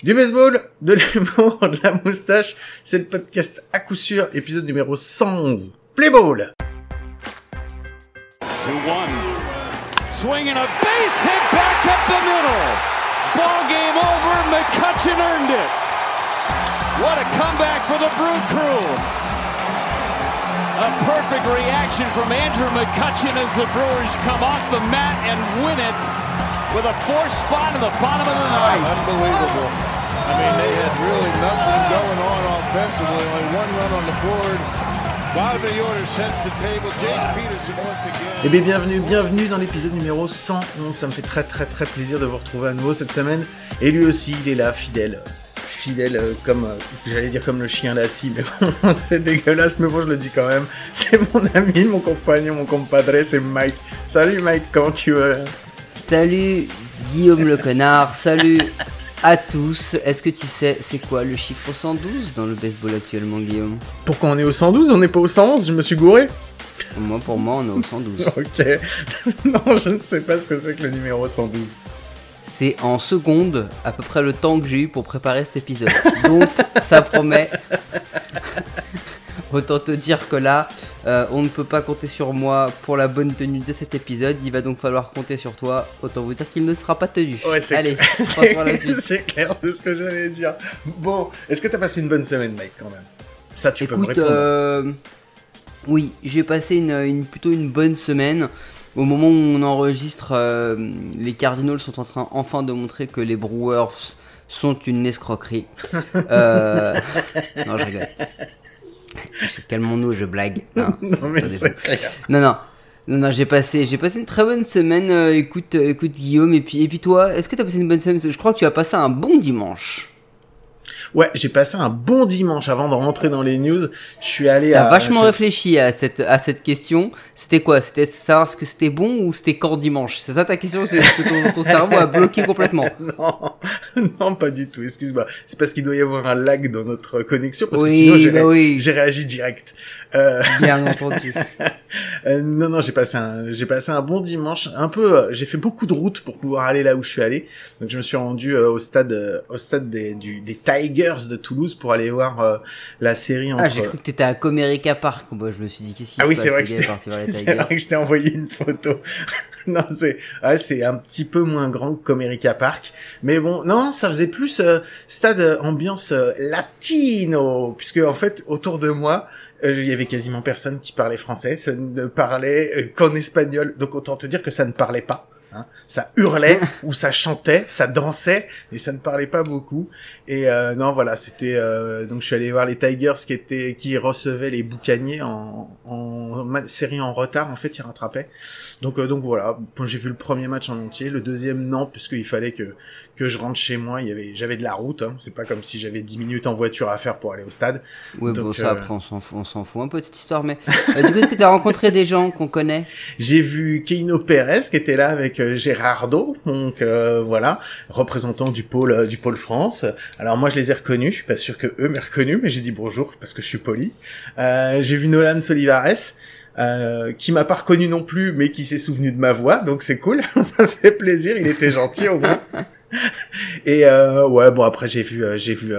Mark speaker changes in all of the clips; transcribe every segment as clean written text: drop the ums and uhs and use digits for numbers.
Speaker 1: Du baseball, de l'humour, de la moustache, c'est le podcast à coup sûr, épisode numéro 111. Play ball!
Speaker 2: 2-1. Swing and a base hit back up the middle. Ball game over. McCutchen earned it. What a comeback for the Brew Crew. A perfect reaction from Andrew McCutchen as the Brewers come off the mat and win it with a fourth spot in the bottom of the ninth.
Speaker 3: Unbelievable. I mean, they had really nothing going on offensively. Only one run on the board. Bottom of the order sets the table. James Peterson once again.
Speaker 1: Eh bien, bienvenue dans l'épisode numéro 111. Ça me fait très plaisir de vous retrouver à nouveau cette semaine. Et lui aussi, il est là, fidèle comme, j'allais dire comme le chien lassie, mais bon, c'est dégueulasse, mais bon, je le dis quand même. C'est mon ami, mon compagnon, mon compadre, c'est Mike. Salut Mike, comment tu vas?
Speaker 4: Salut Guillaume le connard, salut à tous. Est-ce que tu sais c'est quoi le chiffre 112 dans le baseball actuellement, Guillaume?
Speaker 1: Pourquoi on est au 112? On n'est pas au 111? Je me suis gouré?
Speaker 4: Pour moi, on est au 112.
Speaker 1: Ok. Non, je ne sais pas ce que c'est que le numéro 112.
Speaker 4: C'est en secondes, à peu près le temps que j'ai eu pour préparer cet épisode. Donc, ça promet. Autant te dire que là, on ne peut pas compter sur moi pour la bonne tenue de cet épisode. Il va donc falloir compter sur toi. Autant vous dire qu'il ne sera pas tenu.
Speaker 1: Ouais, c'est
Speaker 4: Allez,
Speaker 1: clair.
Speaker 4: passe par la suite.
Speaker 1: C'est clair, c'est ce que j'allais dire. Bon, est-ce que t'as passé une bonne semaine, Mike, quand même? Ça, tu peux me répondre.
Speaker 4: Oui, j'ai passé plutôt une bonne semaine. Au moment où on enregistre, les Cardinals sont en train enfin de montrer que les Brewers sont une escroquerie. Non, je rigole. Calmons-nous, je blague.
Speaker 1: Non, mais c'est clair.
Speaker 4: Non, j'ai passé une très bonne semaine. Écoute, Guillaume, et puis toi, est-ce que t'as passé une bonne semaine? Je crois que tu as passé un bon dimanche.
Speaker 1: Ouais, j'ai passé un bon dimanche avant de rentrer dans les news. Je suis allé
Speaker 4: T'as vachement réfléchi à cette question. C'était quoi? C'était savoir ce que c'était bon ou c'était quand dimanche? C'est ça ta question? C'est que ton cerveau a bloqué complètement.
Speaker 1: Non, pas du tout, excuse-moi. C'est parce qu'il doit y avoir un lag dans notre connexion, parce
Speaker 4: oui,
Speaker 1: que sinon j'ai réagi direct.
Speaker 4: Bien entendu.
Speaker 1: Non, j'ai passé un bon dimanche. Un peu, j'ai fait beaucoup de routes pour pouvoir aller là où je suis allé. Donc je me suis rendu au stade des Tigers de Toulouse pour aller voir la série entre...
Speaker 4: Ah, j'ai cru que t'étais à Comerica Park. Moi, je me suis dit qu'est-ce qui se
Speaker 1: oui,
Speaker 4: passe,
Speaker 1: c'est vrai que je t'ai envoyé une photo. Non, c'est un petit peu moins grand que Comerica Park, mais bon, non, ça faisait plus stade ambiance latino, puisque en fait autour de moi il y avait quasiment personne qui parlait français, ça ne parlait qu'en espagnol, donc autant te dire que ça ne parlait pas. Hein, ça hurlait ou ça chantait, ça dansait, et ça ne parlait pas beaucoup. Et non, voilà, c'était donc je suis allé voir les Tigers qui recevaient les Boucaniers en série en retard. En fait, ils rattrapaient. Donc voilà, j'ai vu le premier match en entier, le deuxième non, puisqu'il fallait que je rentre chez moi. J'avais de la route. Hein, c'est pas comme si j'avais 10 minutes en voiture à faire pour aller au stade.
Speaker 4: Ouais, donc, bon, ça après on s'en fout un peu de cette histoire. Mais du coup, est-ce que t'as rencontré des gens qu'on connaît?
Speaker 1: J'ai vu Keino Pérez qui était là avec Gérardo, donc voilà, représentant du pôle France. Alors moi je les ai reconnus, je suis pas sûr que eux m'aient reconnu, mais j'ai dit bonjour parce que je suis poli. J'ai vu Nolan Solivares, qui m'a pas reconnu non plus, mais qui s'est souvenu de ma voix, donc c'est cool, ça fait plaisir, il était gentil au moins. Et ouais, bon après j'ai vu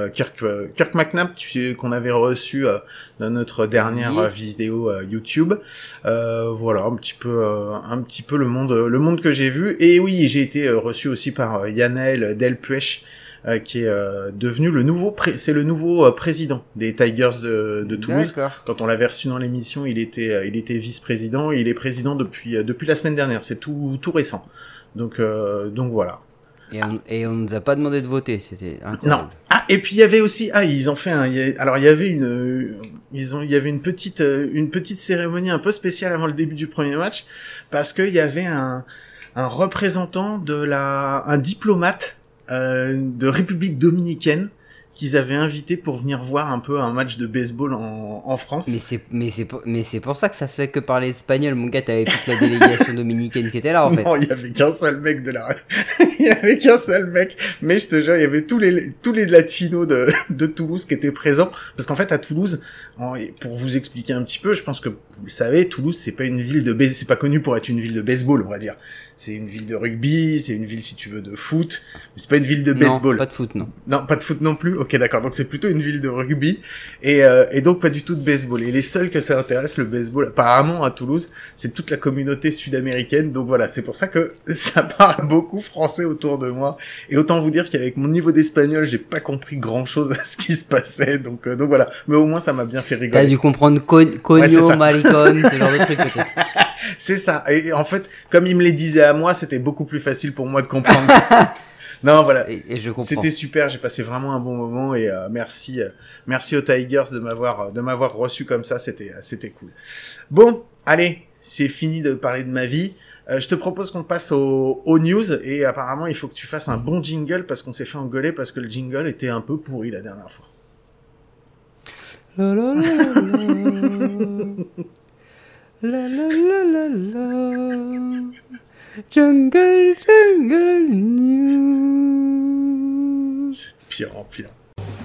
Speaker 1: Kirk McNabb qu'on avait reçu dans notre dernière vidéo YouTube. Voilà un petit peu le monde que j'ai vu. Et oui, j'ai été reçu aussi par Yanael Delpuech, qui est devenu le nouveau président des Tigers de Toulouse.
Speaker 4: D'accord.
Speaker 1: Quand on l'avait reçu dans l'émission, il était vice-président, et il est président depuis la semaine dernière. C'est tout récent. Donc voilà.
Speaker 4: Et on nous a pas demandé de voter, c'était incroyable.
Speaker 1: Non. Ah, et puis il y avait aussi, ils ont fait alors il y avait une petite cérémonie un peu spéciale avant le début du premier match, parce qu'il y avait un représentant un diplomate de République dominicaine qu'ils avaient invité pour venir voir un peu un match de baseball en France.
Speaker 4: Mais c'est pour ça que ça fait que parler espagnol, mon gars. T'avais toute la délégation dominicaine qui était là, en fait.
Speaker 1: Non, il y avait qu'un seul mec il y avait qu'un seul mec. Mais je te jure, il y avait tous les latinos de Toulouse qui étaient présents. Parce qu'en fait, à Toulouse, pour vous expliquer un petit peu, je pense que vous le savez, Toulouse, c'est pas une ville c'est pas connu pour être une ville de baseball, on va dire. C'est une ville de rugby, c'est une ville, si tu veux, de foot, mais c'est pas une ville de baseball.
Speaker 4: Non, pas de foot, non.
Speaker 1: Non, pas de foot non plus. Ok, d'accord. Donc c'est plutôt une ville de rugby et donc pas du tout de baseball. Et les seuls que ça intéresse, le baseball, apparemment à Toulouse, c'est toute la communauté sud-américaine. Donc voilà, c'est pour ça que ça parle beaucoup français autour de moi. Et autant vous dire qu'avec mon niveau d'espagnol, j'ai pas compris grand-chose à ce qui se passait. Donc voilà. Mais au moins ça m'a bien fait rigoler.
Speaker 4: T'as dû comprendre cogno, maricon, ce genre de truc peut-être.
Speaker 1: C'est ça. Et en fait, comme il me les disait à moi, c'était beaucoup plus facile pour moi de comprendre. Non, voilà.
Speaker 4: Et je comprends.
Speaker 1: C'était super. J'ai passé vraiment un bon moment et merci aux Tigers de m'avoir reçu comme ça. C'était cool. Bon, allez, c'est fini de parler de ma vie. Je te propose qu'on passe aux news et apparemment il faut que tu fasses un bon jingle parce qu'on s'est fait engueuler parce que le jingle était un peu pourri la dernière fois.
Speaker 4: La la la la la la la la jungle news.
Speaker 1: C'est de pire en pire.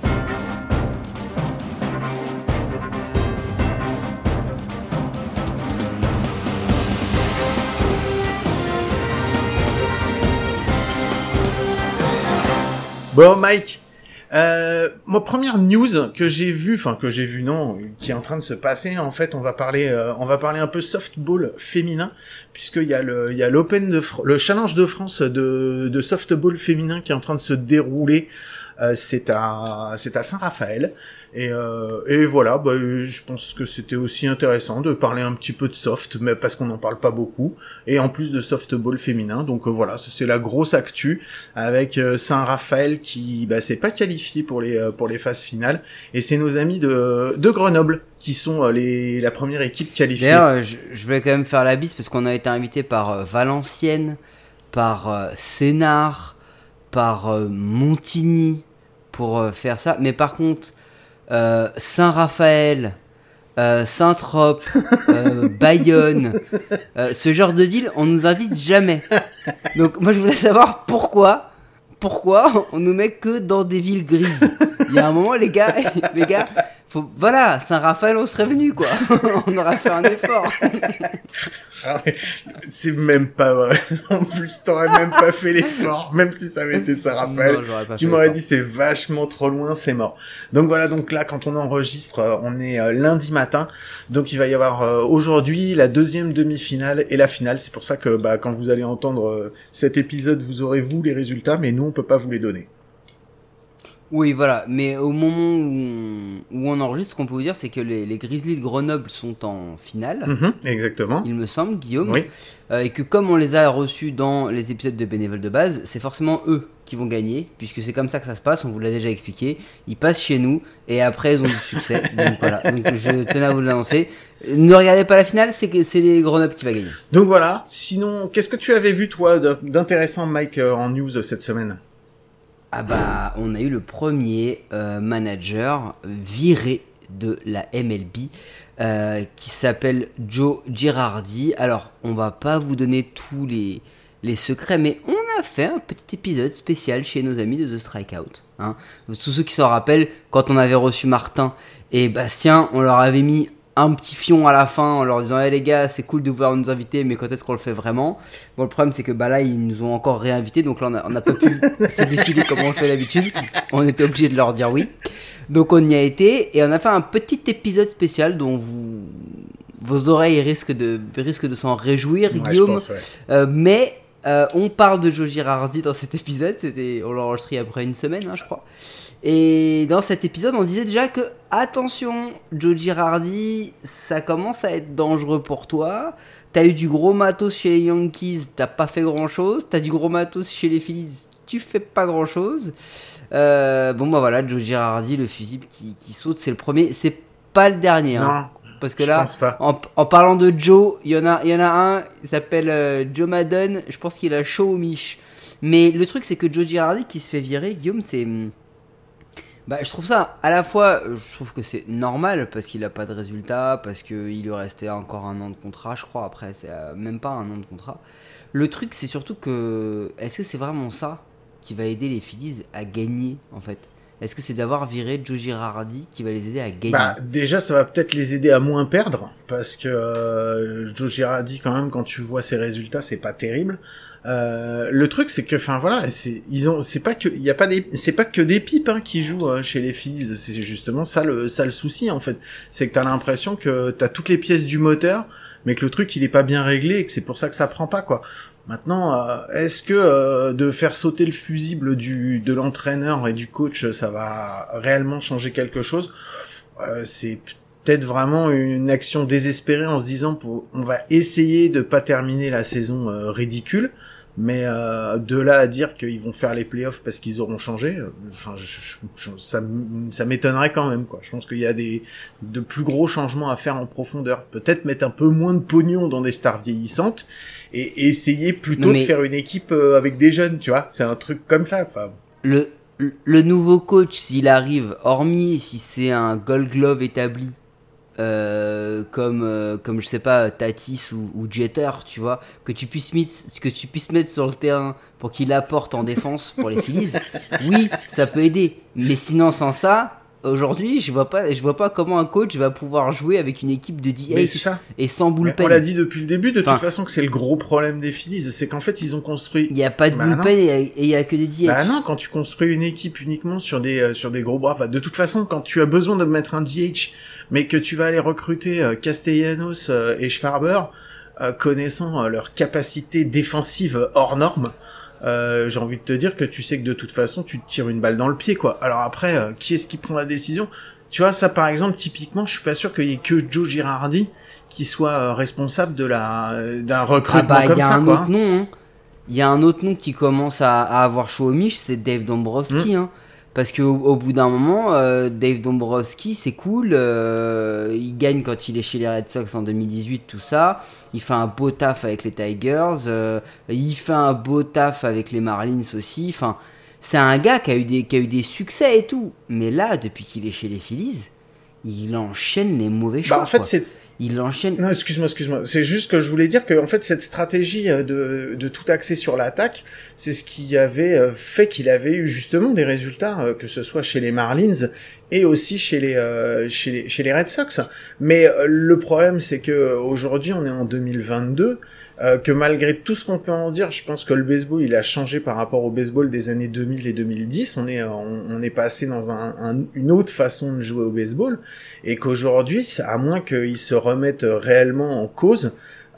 Speaker 1: Bon, Mike, ma première news que j'ai vue, qui est en train de se passer, en fait, on va parler un peu softball féminin, puisqu'il y a le challenge de France de softball féminin qui est en train de se dérouler, c'est à Saint-Raphaël. Et voilà, je pense que c'était aussi intéressant de parler un petit peu de soft, mais parce qu'on n'en parle pas beaucoup, et en plus de softball féminin. Donc voilà, c'est la grosse actu avec Saint-Raphaël qui s'est pas qualifié pour les phases finales, et c'est nos amis de Grenoble qui sont la première équipe qualifiée.
Speaker 4: D'ailleurs, je voulais quand même faire la bise parce qu'on a été invité par Valenciennes, par Sénart, par Montigny pour faire ça, mais par contre Saint-Raphaël, Saint-Trope, Bayonne, ce genre de ville, on nous invite jamais. Donc moi je voulais savoir pourquoi on nous met que dans des villes grises. Il y a un moment les gars, voilà, Saint-Raphaël on serait venu quoi. On aurait fait un effort.
Speaker 1: C'est même pas vrai. En plus, t'aurais même pas fait l'effort, même si ça avait été Saint-Raphaël. Tu m'aurais dit c'est vachement trop loin, c'est mort. Donc voilà, donc là, quand on enregistre, on est lundi matin. Donc il va y avoir aujourd'hui la deuxième demi-finale et la finale. C'est pour ça que quand vous allez entendre cet épisode, vous aurez vous les résultats, mais nous on peut pas vous les donner.
Speaker 4: Oui, voilà, mais au moment où on enregistre, ce qu'on peut vous dire, c'est que les Grizzlies de Grenoble sont en finale.
Speaker 1: Exactement.
Speaker 4: Il me semble, Guillaume.
Speaker 1: Oui.
Speaker 4: Et que comme on les a reçus dans les épisodes de Bénévoles de base, c'est forcément eux qui vont gagner, puisque c'est comme ça que ça se passe, on vous l'a déjà expliqué. Ils passent chez nous, et après ils ont du succès. Donc voilà, donc je tenais à vous l'annoncer. Ne regardez pas la finale, c'est les Grenoble qui va gagner.
Speaker 1: Donc voilà, sinon, qu'est-ce que tu avais vu, toi, d'intéressant, Mike, en news cette semaine ?
Speaker 4: Ah on a eu le premier manager viré de la MLB qui s'appelle Joe Girardi. Alors, on va pas vous donner tous les secrets, mais on a fait un petit épisode spécial chez nos amis de The Strikeout. Hein. Tous ceux qui s'en rappellent, quand on avait reçu Martin et Bastien, on leur avait mis un petit fion à la fin en leur disant hey les gars c'est cool de vouloir nous inviter mais quand est-ce qu'on le fait vraiment. Bon le problème c'est que là ils nous ont encore réinvités donc là on n'a pas pu se défiler comme on le fait d'habitude, on était obligé de leur dire oui, donc on y a été et on a fait un petit épisode spécial dont vos oreilles risquent de s'en réjouir, ouais, Guillaume, je pense, ouais. Mais on parle de Joe Girardi dans cet épisode, on l'a enregistré après une semaine je crois. Et dans cet épisode, on disait déjà que, attention, Joe Girardi, ça commence à être dangereux pour toi. T'as eu du gros matos chez les Yankees, t'as pas fait grand-chose. T'as du gros matos chez les Phillies, tu fais pas grand-chose. Voilà, Joe Girardi, le fusible qui saute, c'est le premier. C'est pas le dernier.
Speaker 1: Non,
Speaker 4: parce que là, en parlant de Joe, il y en a un, il s'appelle Joe Madden. Je pense qu'il a chaud au mich. Mais le truc, c'est que Joe Girardi qui se fait virer, Guillaume, c'est... Bah, je trouve ça, à la fois, je trouve que c'est normal parce qu'il a pas de résultat, parce qu'il lui restait encore un an de contrat, je crois, après, c'est même pas un an de contrat. Le truc, c'est surtout que, est-ce que c'est vraiment ça qui va aider les Phillies à gagner, en fait? Est-ce que c'est d'avoir viré Joe Girardi qui va les aider à gagner?
Speaker 1: Bah, déjà, ça va peut-être les aider à moins perdre, parce que Joe Girardi, quand même, quand tu vois ses résultats, c'est pas terrible. Le truc, c'est que, enfin voilà, c'est pas que des pipes qui jouent chez les Phillies. C'est justement ça le souci en fait. C'est que t'as l'impression que t'as toutes les pièces du moteur, mais que le truc il est pas bien réglé et que c'est pour ça que ça prend pas quoi. Maintenant, est-ce que de faire sauter le fusible de l'entraîneur et du coach, ça va réellement changer quelque chose? C'est peut-être vraiment une action désespérée en se disant on va essayer de pas terminer la saison ridicule. Mais de là à dire qu'ils vont faire les playoffs parce qu'ils auront changé, enfin, ça m'étonnerait quand même, quoi. Je pense qu'il y a de plus gros changements à faire en profondeur. Peut-être mettre un peu moins de pognon dans des stars vieillissantes et essayer plutôt de faire une équipe avec des jeunes, tu vois. C'est un truc comme ça. Enfin.
Speaker 4: Le nouveau coach, s'il arrive, hormis si c'est un Gold Glove établi, comme je sais pas Tatis ou Jeter, tu vois, que tu puisses mettre sur le terrain pour qu'il apporte en défense pour les Phillies, oui, ça peut aider. Mais sinon sans ça, aujourd'hui, je vois pas comment un coach va pouvoir jouer avec une équipe de DH et sans bullpen.
Speaker 1: On l'a dit depuis le début, toute façon que c'est le gros problème des Phillies, c'est qu'en fait ils ont construit.
Speaker 4: Il y a pas de bullpen et il y a que des DH.
Speaker 1: Bah non, quand tu construis une équipe uniquement sur des gros bras, de toute façon quand tu as besoin de mettre un DH, mais que tu vas aller recruter Castellanos et Schwarber, connaissant leur capacité défensive hors norme. J'ai envie de te dire que tu sais que de toute façon tu te tires une balle dans le pied quoi. Alors après qui est-ce qui prend la décision? Tu vois ça par exemple typiquement, je suis pas sûr qu'il y ait que Joe Girardi qui soit responsable d'un recrutement comme ça quoi.
Speaker 4: Il y a un autre nom qui commence à avoir chaud au miche, c'est Dave Dombrowski parce que au bout d'un moment Dave Dombrowski c'est cool, il gagne quand il est chez les Red Sox en 2018, tout ça, il fait un beau taf avec les Tigers, il fait un beau taf avec les Marlins aussi, enfin c'est un gars qui a eu des succès et tout, mais là depuis qu'il est chez les Phillies il enchaîne les mauvais choix.
Speaker 1: Bah en fait
Speaker 4: il enchaîne.
Speaker 1: Non, excuse-moi. C'est juste que je voulais dire que en fait cette stratégie de tout axer sur l'attaque, c'est ce qui avait fait qu'il avait eu justement des résultats, que ce soit chez les Marlins et aussi chez les Red Sox. Mais le problème c'est que aujourd'hui on est en 2022. Que malgré tout ce qu'on peut en dire, je pense que le baseball il a changé par rapport au baseball des années 2000 et 2010. On est passé dans une autre façon de jouer au baseball et qu'aujourd'hui, à moins qu'ils se remettent réellement en cause,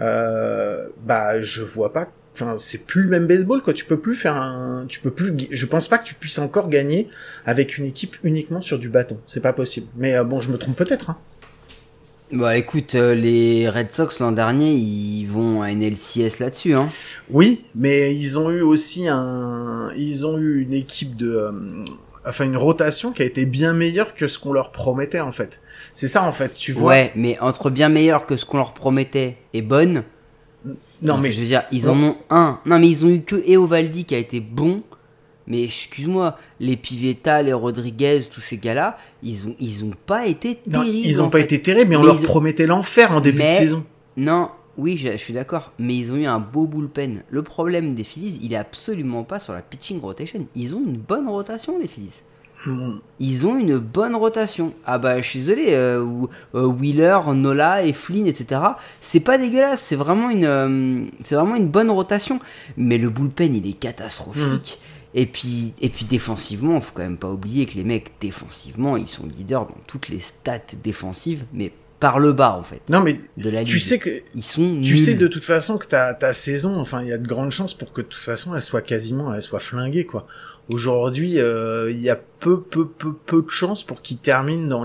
Speaker 1: je vois pas. Enfin, c'est plus le même baseball quoi. Tu peux plus. Je pense pas que tu puisses encore gagner avec une équipe uniquement sur du bâton. C'est pas possible. Mais bon, je me trompe peut-être.
Speaker 4: Bah écoute, les Red Sox l'an dernier, ils vont à NLCS là-dessus, hein.
Speaker 1: Oui, mais ils ont eu aussi une équipe une rotation qui a été bien meilleure que ce qu'on leur promettait en fait. C'est ça en fait, tu vois.
Speaker 4: Ouais, mais entre bien meilleure que ce qu'on leur promettait et bonne.
Speaker 1: Non mais
Speaker 4: je veux dire, ils en ont un. Non mais ils ont eu que Eovaldi qui a été bon. Mais excuse-moi, les Pivetta, les Rodriguez, tous ces gars-là, ils ont pas été terribles.
Speaker 1: Non, ils ont pas été terribles, mais on leur promettait l'enfer en début de saison.
Speaker 4: Non, oui, je suis d'accord, mais ils ont eu un beau bullpen. Le problème des Phillies, il est absolument pas sur la pitching rotation. Ils ont une bonne rotation, les Phillies. Ils ont une bonne rotation. Ah bah, je suis désolé, Wheeler, Nola et Flynn, etc. C'est pas dégueulasse, c'est vraiment une bonne rotation. Mais le bullpen, il est catastrophique. Et puis défensivement, faut quand même pas oublier que les mecs défensivement, ils sont leaders dans toutes les stats défensives, mais par le bas en fait.
Speaker 1: Non mais
Speaker 4: de la ligue.
Speaker 1: Tu sais que
Speaker 4: ils sont nuls.
Speaker 1: Tu sais de toute façon que ta saison, enfin il y a de grandes chances pour que de toute façon elle soit flinguée quoi. Aujourd'hui, il y a peu de chances pour qu'ils terminent dans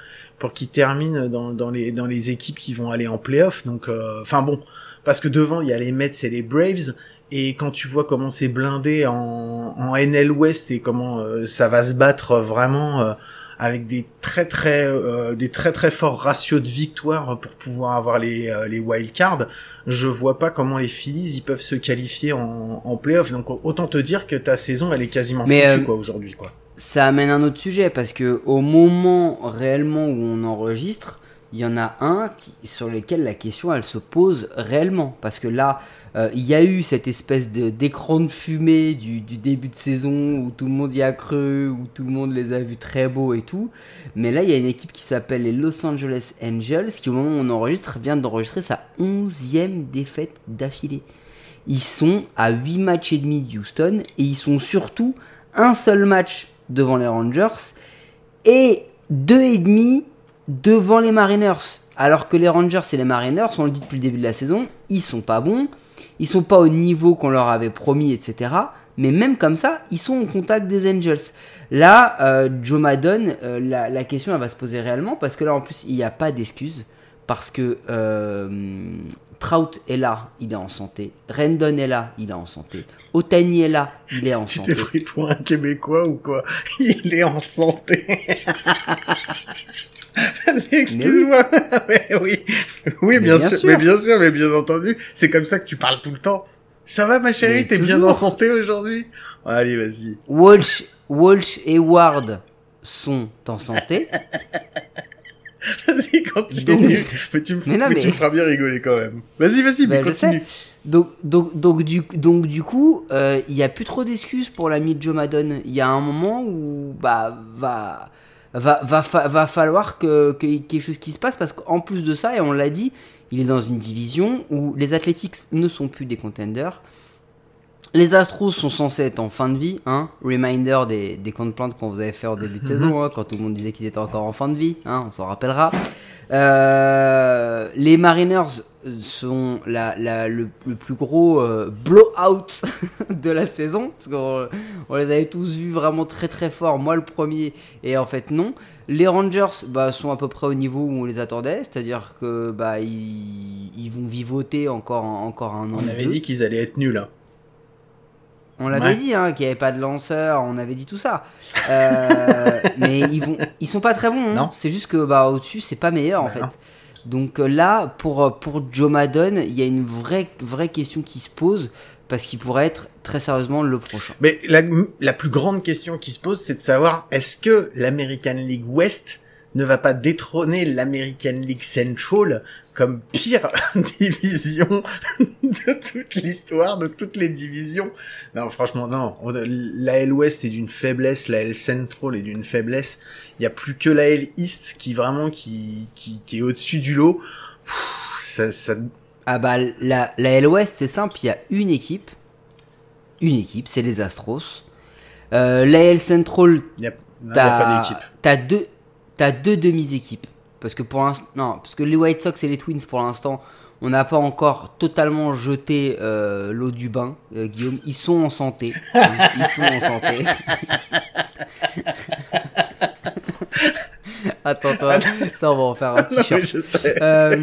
Speaker 1: les équipes qui vont aller en play-off. Donc enfin bon, parce que devant il y a les Mets et les Braves. Et quand tu vois comment c'est blindé en NL West et comment ça va se battre vraiment avec des très forts ratios de victoire pour pouvoir avoir les wild cards, je vois pas comment les Phillies ils peuvent se qualifier en playoff. Donc autant te dire que ta saison elle est quasiment foutue quoi aujourd'hui quoi.
Speaker 4: ça amène un autre sujet parce que au moment réellement où on enregistre, il y en a un sur lequel la question elle se pose réellement parce que là il y a eu cette espèce d'écran de fumée du début de saison où tout le monde y a cru, où tout le monde les a vus très beaux et tout, mais là il y a une équipe qui s'appelle les Los Angeles Angels qui au moment où on enregistre vient d'enregistrer sa 11e défaite d'affilée. Ils sont à 8 matchs et demi d'Houston et ils sont surtout un seul match devant les Rangers et 2,5 devant les Mariners. Alors que les Rangers et les Mariners, on le dit depuis le début de la saison, ils sont pas bons, ils sont pas au niveau qu'on leur avait promis, etc. Mais même comme ça, ils sont au contact des Angels. Là, Joe Maddon, la question elle va se poser réellement parce que là en plus il n'y a pas d'excuse parce que Trout est là, il est en santé. Rendon est là, il est en santé. Ohtani est là, il est en santé.
Speaker 1: Tu t'es pris pour un Québécois ou quoi? Il est en santé. Excuse-moi. Mais oui, bien sûr. Mais bien sûr, mais bien entendu. C'est comme ça que tu parles tout le temps. Ça va, ma chérie? Mais t'es toujours bien en santé aujourd'hui? Allez, vas-y.
Speaker 4: Walsh et Ward sont en santé.
Speaker 1: Vas-y, continue. Mais tu me feras bien rigoler quand même. Vas-y, mais continue.
Speaker 4: Donc du coup, il y a plus trop d'excuses pour l'ami de Joe Maddon. Il y a un moment où va falloir qu'il y ait quelque chose qui se passe parce qu'en plus de ça, et on l'a dit, il est dans une division où les Athletics ne sont plus des contenders. Les Astros sont censés être en fin de vie, hein. Reminder des comptes plaintes qu'on vous avait fait en début de saison, hein, quand tout le monde disait qu'ils étaient encore en fin de vie, hein, on s'en rappellera. Les Mariners sont le plus gros blowout de la saison, parce qu'on les avait tous vus vraiment très très forts, moi le premier, et en fait non. Les Rangers sont à peu près au niveau où on les attendait, c'est-à-dire que ils vont vivoter encore un an.
Speaker 1: On avait dit qu'ils allaient être nuls, hein.
Speaker 4: On l'avait dit, hein, qu'il n'y avait pas de lanceur, on avait dit tout ça. Mais ils sont pas très bons, hein.
Speaker 1: Non.
Speaker 4: C'est juste que au-dessus, c'est pas meilleur en fait. Non. Donc là, pour Joe Maddon, il y a une vraie question qui se pose parce qu'il pourrait être très sérieusement le prochain.
Speaker 1: Mais la plus grande question qui se pose, c'est de savoir est-ce que l'American League West ne va pas détrôner l'American League Central comme pire division de toute l'histoire, de toutes les divisions. Non, franchement, non. La L West est d'une faiblesse, la L Central est d'une faiblesse. Il y a plus que la L East qui est au-dessus du lot. Ça...
Speaker 4: la L West, c'est simple, il y a une équipe, c'est les Astros. La L Central,
Speaker 1: il y a pas d'équipe.
Speaker 4: T'as deux demi-équipes. Parce que les White Sox et les Twins, pour l'instant, on n'a pas encore totalement jeté l'eau du bain, Guillaume. Ils sont en santé. Ils sont en santé. Attends-toi, ça on va en faire un t-shirt.
Speaker 1: Non, je sais.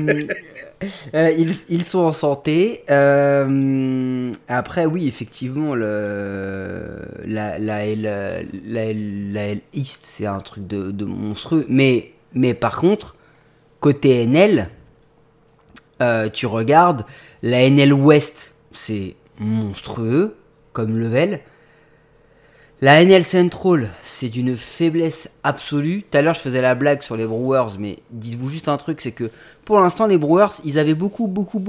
Speaker 4: Ils sont en santé. Après, oui, effectivement, la L East, c'est un truc de monstrueux. Mais par contre, côté NL, tu regardes, la NL West, c'est monstrueux comme level. La NL Central, c'est d'une faiblesse absolue. Tout à l'heure, je faisais la blague sur les Brewers, mais dites-vous juste un truc, c'est que pour l'instant, les Brewers, ils avaient beaucoup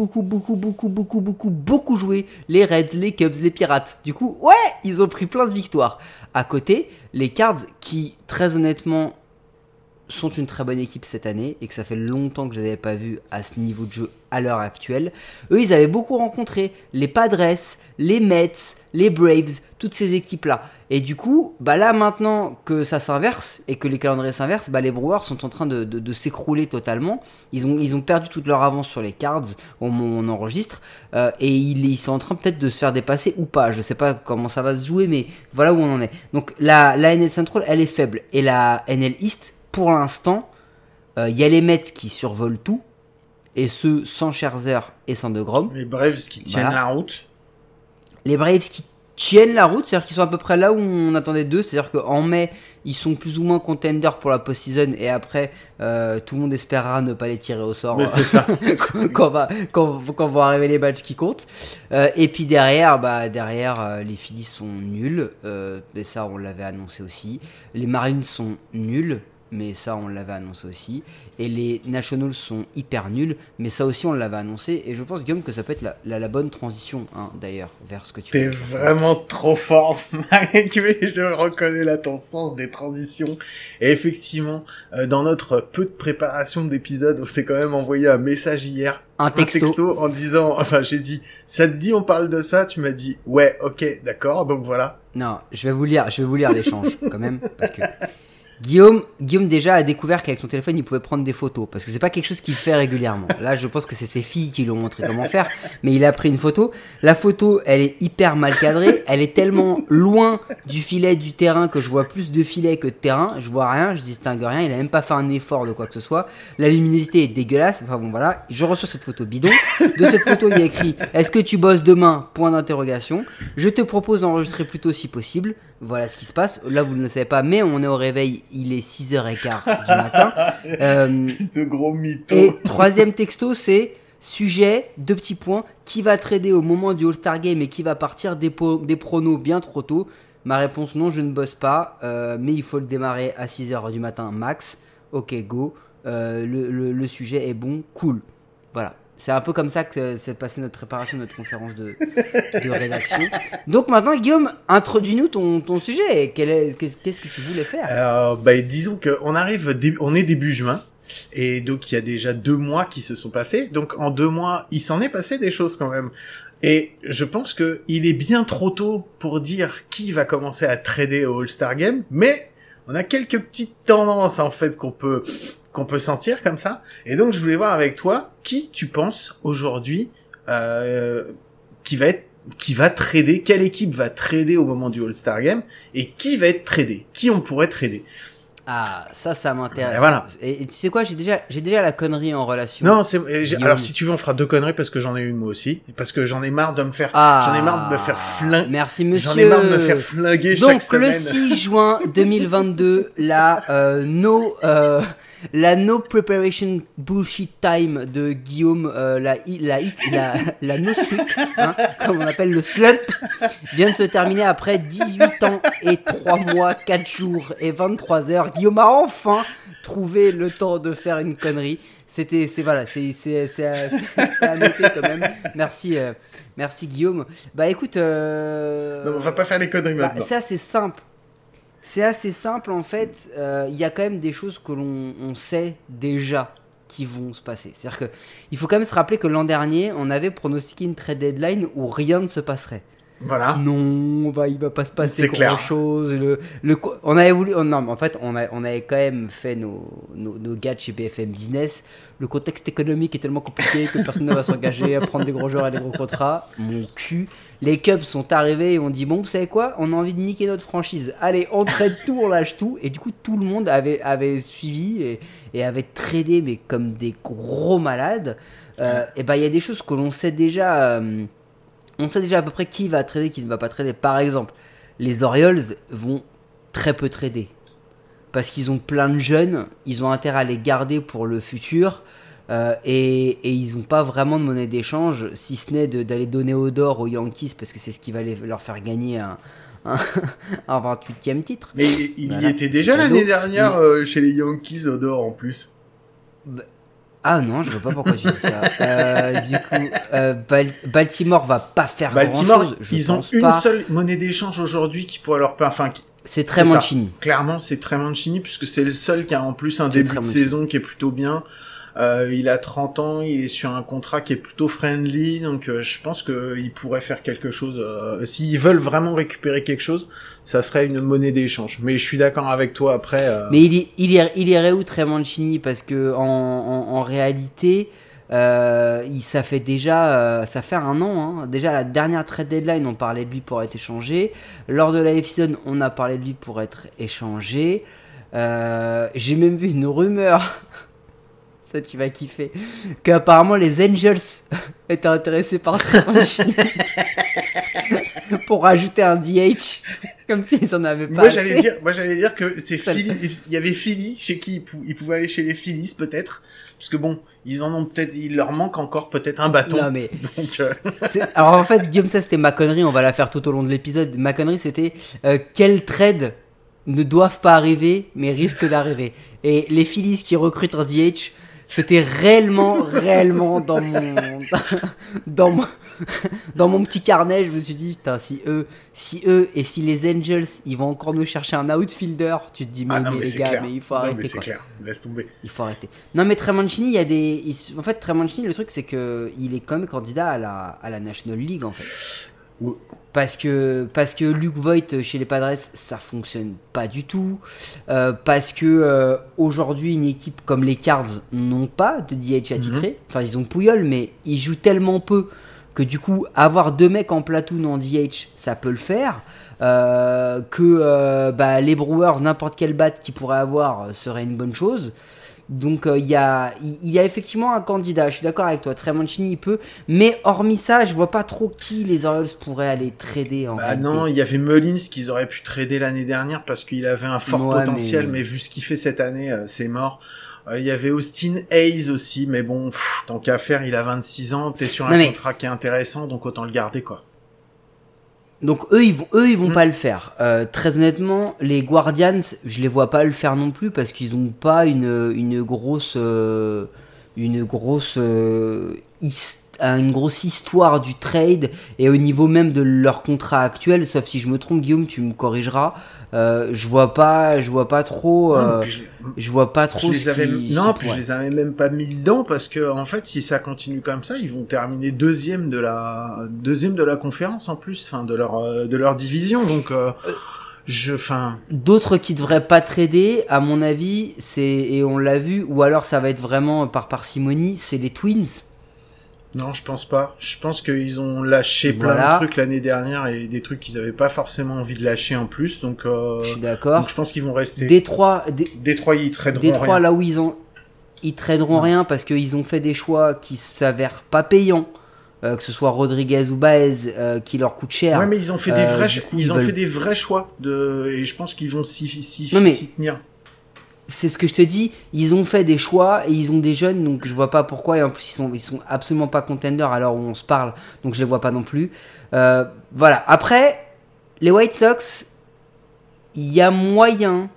Speaker 4: joué les Reds, les Cubs, les Pirates. Du coup, ouais, ils ont pris plein de victoires. À côté, les Cards, qui, très honnêtement, sont une très bonne équipe cette année et que ça fait longtemps que je les avais pas vus à ce niveau de jeu à l'heure actuelle. Eux, ils avaient beaucoup rencontré les Padres, les Mets, les Braves, toutes ces équipes-là. Et du coup, là maintenant que ça s'inverse et que les calendriers s'inversent, les Brewers sont en train de s'écrouler totalement. Ils ont perdu toute leur avance sur les Cards au moment où on enregistre et ils sont en train peut-être de se faire dépasser ou pas. Je sais pas comment ça va se jouer, mais voilà où on en est. Donc la NL Central, elle est faible et la NL East, pour l'instant, y a les Mets qui survolent tout, et ceux sans Scherzer et sans DeGrom.
Speaker 1: Les Braves qui tiennent la route.
Speaker 4: Les Braves qui tiennent la route, c'est-à-dire qu'ils sont à peu près là où on attendait d'eux, c'est-à-dire qu'en mai, ils sont plus ou moins contenders pour la post-season et après, tout le monde espérera ne pas les tirer au sort.
Speaker 1: Mais c'est ça.
Speaker 4: quand vont arriver les matchs qui comptent. Et puis derrière, les Phillies sont nuls, mais ça on l'avait annoncé aussi. Les Marlins sont nuls, mais ça on l'avait annoncé aussi. Et les Nationals sont hyper nuls, mais ça aussi on l'avait annoncé. Et je pense, Guillaume, que ça peut être la bonne transition, hein, d'ailleurs, vers ce que tu
Speaker 1: T'es vraiment trop fort, Marek, mais je reconnais là ton sens des transitions. Et effectivement, dans notre peu de préparation d'épisode, on s'est quand même envoyé un message hier.
Speaker 4: Un texto
Speaker 1: en disant, enfin j'ai dit, ça te dit on parle de ça, tu m'as dit, ouais, ok, d'accord, donc voilà.
Speaker 4: Non, je vais vous lire l'échange, quand même, parce que... Guillaume déjà a découvert qu'avec son téléphone il pouvait prendre des photos parce que c'est pas quelque chose qu'il fait régulièrement. Là je pense que c'est ses filles qui lui ont montré comment faire, mais il a pris une photo. La photo elle est hyper mal cadrée, elle est tellement loin du filet du terrain que je vois plus de filet que de terrain, je vois rien, je distingue rien, il a même pas fait un effort de quoi que ce soit. La luminosité est dégueulasse, enfin bon voilà, je reçois cette photo bidon. De cette photo il y a écrit « Est-ce que tu bosses demain ? » Point d'interrogation. Je te propose d'enregistrer plus tôt si possible. Voilà ce qui se passe. Là, vous ne le savez pas, mais on est au réveil. Il est 6h15 du matin.
Speaker 1: Espèce de gros mytho.
Speaker 4: Et troisième texto, c'est sujet, 2 petits points. Qui va trader au moment du All-Star Game et qui va partir des pronos bien trop tôt? Ma réponse, non, je ne bosse pas. Mais il faut le démarrer à 6h du matin max. Ok, go. Le sujet est bon, cool. Voilà. C'est un peu comme ça que s'est passée notre préparation, notre conférence de rédaction. Donc maintenant, Guillaume, introduis-nous ton sujet. Qu'est-ce que tu voulais faire?
Speaker 1: Disons qu'on on est début juin. Et donc, il y a déjà 2 mois qui se sont passés. Donc, en 2 mois, il s'en est passé des choses quand même. Et je pense que il est bien trop tôt pour dire qui va commencer à trader au All-Star Game. Mais on a quelques petites tendances, en fait, qu'on peut sentir comme ça. Et donc, je voulais voir avec toi, qui tu penses aujourd'hui qui va trader, quelle équipe va trader au moment du All-Star Game, et qui va être tradé, qui on pourrait trader.
Speaker 4: Ah, ça m'intéresse.
Speaker 1: Et voilà.
Speaker 4: Et tu sais quoi, j'ai déjà la connerie en relation.
Speaker 1: Non, alors si tu veux, on fera 2 conneries parce que j'en ai une moi aussi, parce que j'en ai marre de me faire, flinguer.
Speaker 4: Merci monsieur.
Speaker 1: J'en ai marre de me faire flinguer chaque semaine.
Speaker 4: Donc le 6 juin 2022, la no preparation bullshit time de Guillaume, la no streak, hein, comme on appelle le slump, vient de se terminer après 18 ans et 3 mois, 4 jours et 23 heures. Guillaume a enfin trouvé le temps de faire une connerie. C'est à noter quand même. Merci Guillaume. Bah écoute,
Speaker 1: non, on va pas faire les conneries maintenant.
Speaker 4: C'est assez simple. C'est assez simple en fait. Il y a quand même des choses que l'on sait déjà qui vont se passer. C'est-à-dire que il faut quand même se rappeler que l'an dernier, on avait pronostiqué une trade deadline où rien ne se passerait.
Speaker 1: Voilà.
Speaker 4: Non, il va pas se passer
Speaker 1: grand
Speaker 4: chose. On avait voulu, non, mais en fait, on avait quand même fait nos gars chez BFM Business. Le contexte économique est tellement compliqué que personne ne va s'engager à prendre des gros joueurs et des gros contrats. Mon cul. Les Cubs sont arrivés et ont dit bon, vous savez quoi, on a envie de niquer notre franchise. Allez, on trade tout, on lâche tout. Et du coup, tout le monde avait suivi et avait tradé, mais comme des gros malades. Et il y a des choses que l'on sait déjà. On sait déjà à peu près qui va trader, qui ne va pas trader. Par exemple, les Orioles vont très peu trader. Parce qu'ils ont plein de jeunes, ils ont intérêt à les garder pour le futur. Et ils n'ont pas vraiment de monnaie d'échange, si ce n'est d'aller donner Odor aux Yankees, parce que c'est ce qui va leur faire gagner un 28e titre.
Speaker 1: Mais il y était déjà l'année dernière chez les Yankees, Odor en plus.
Speaker 4: Ah non, je vois pas pourquoi tu dis ça. Du coup, Baltimore va pas faire grand-chose.
Speaker 1: Ils ont une seule monnaie d'échange aujourd'hui qui pourrait leur permettre.
Speaker 4: C'est très Mancini.
Speaker 1: Clairement, c'est très Mancini puisque c'est le seul qui a en plus un début de saison qui est plutôt bien. Il a 30 ans, il est sur un contrat qui est plutôt friendly, donc je pense qu'il pourrait faire quelque chose. S'ils veulent vraiment récupérer quelque chose, ça serait une monnaie d'échange. Mais je suis d'accord avec toi après.
Speaker 4: Mais il irait où très Mancini, parce que en réalité, ça fait 1 an. Hein. Déjà la dernière trade deadline, on parlait de lui pour être échangé. Lors de la F-Season, on a parlé de lui pour être échangé. J'ai même vu une rumeur. Ça, tu vas kiffer. Qu'apparemment les Angels étaient intéressés par Mancini. pour rajouter un DH, comme s'ils en avaient pas.
Speaker 1: Moi j'allais dire que c'est Philly. Il y avait Philly chez qui ils pouvaient aller chez les Phillies peut-être, parce que bon, ils en ont peut-être, il leur manque encore peut-être un bâton.
Speaker 4: Non mais.
Speaker 1: Donc,
Speaker 4: Alors en fait, Guillaume, ça c'était ma connerie. On va la faire tout au long de l'épisode. Ma connerie, c'était quels trades ne doivent pas arriver, mais risquent d'arriver. Et les Phillies qui recrutent un DH. C'était réellement dans mon petit carnet, je me suis dit putain, si eux et si les Angels, ils vont encore nous chercher un outfielder, tu te dis mais les gars,
Speaker 1: clair.
Speaker 4: mais il faut arrêter.
Speaker 1: Non mais c'est clair, laisse tomber.
Speaker 4: Il faut arrêter. Non mais Trey Mancini, en fait Trey Mancini, le truc c'est que il est quand même candidat à la National League en fait. Parce que Luke Voigt chez les Padres, ça fonctionne pas du tout. Parce que aujourd'hui, une équipe comme les Cards n'ont pas de DH attitré. Enfin, ils ont Puyol, mais ils jouent tellement peu que du coup, avoir 2 mecs en platoon en DH, ça peut le faire. Les Brewers, n'importe quel bat qu'ils pourraient avoir serait une bonne chose. Donc il y a effectivement un candidat, je suis d'accord avec toi, Trey Mancini il peut, mais hormis ça, je vois pas trop qui les Orioles pourraient aller trader en réalité.
Speaker 1: Non, il y avait Mullins qu'ils auraient pu trader l'année dernière parce qu'il avait un fort potentiel, mais vu ce qu'il fait cette année, c'est mort. Il y avait Austin Hayes aussi, mais bon, tant qu'à faire, il a 26 ans, t'es sur un contrat qui est intéressant, donc autant le garder quoi.
Speaker 4: Donc eux ils vont pas le faire. Très honnêtement, les Guardians, je les vois pas le faire non plus parce qu'ils ont pas une grosse histoire du trade et au niveau même de leur contrat actuel, sauf si je me trompe, Guillaume, tu me corrigeras. Je vois pas trop. Je vois pas trop.
Speaker 1: Je les avais même pas mis dedans parce que en fait, si ça continue comme ça, ils vont terminer deuxième de la conférence en plus, enfin de leur division. Donc,
Speaker 4: D'autres qui devraient pas trader, à mon avis, et on l'a vu, ou alors ça va être vraiment par parcimonie, c'est les Twins.
Speaker 1: Non, je pense pas. Je pense qu'ils ont lâché plein de trucs l'année dernière et des trucs qu'ils avaient pas forcément envie de lâcher en plus. Donc,
Speaker 4: je suis d'accord.
Speaker 1: Donc je pense qu'ils vont rester.
Speaker 4: Détroit,
Speaker 1: ils traderont rien.
Speaker 4: Là où ils traderont rien parce qu'ils ont fait des choix qui s'avèrent pas payants. Que ce soit Rodriguez ou Baez qui leur coûte cher.
Speaker 1: Ouais, mais ils ont fait des vrais choix et je pense qu'ils vont s'y tenir.
Speaker 4: C'est ce que je te dis, ils ont fait des choix et ils ont des jeunes, donc je vois pas pourquoi, et en plus ils sont absolument pas contenders à l'heure où on se parle, donc je les vois pas non plus. Voilà, après, les White Sox, il y a moyen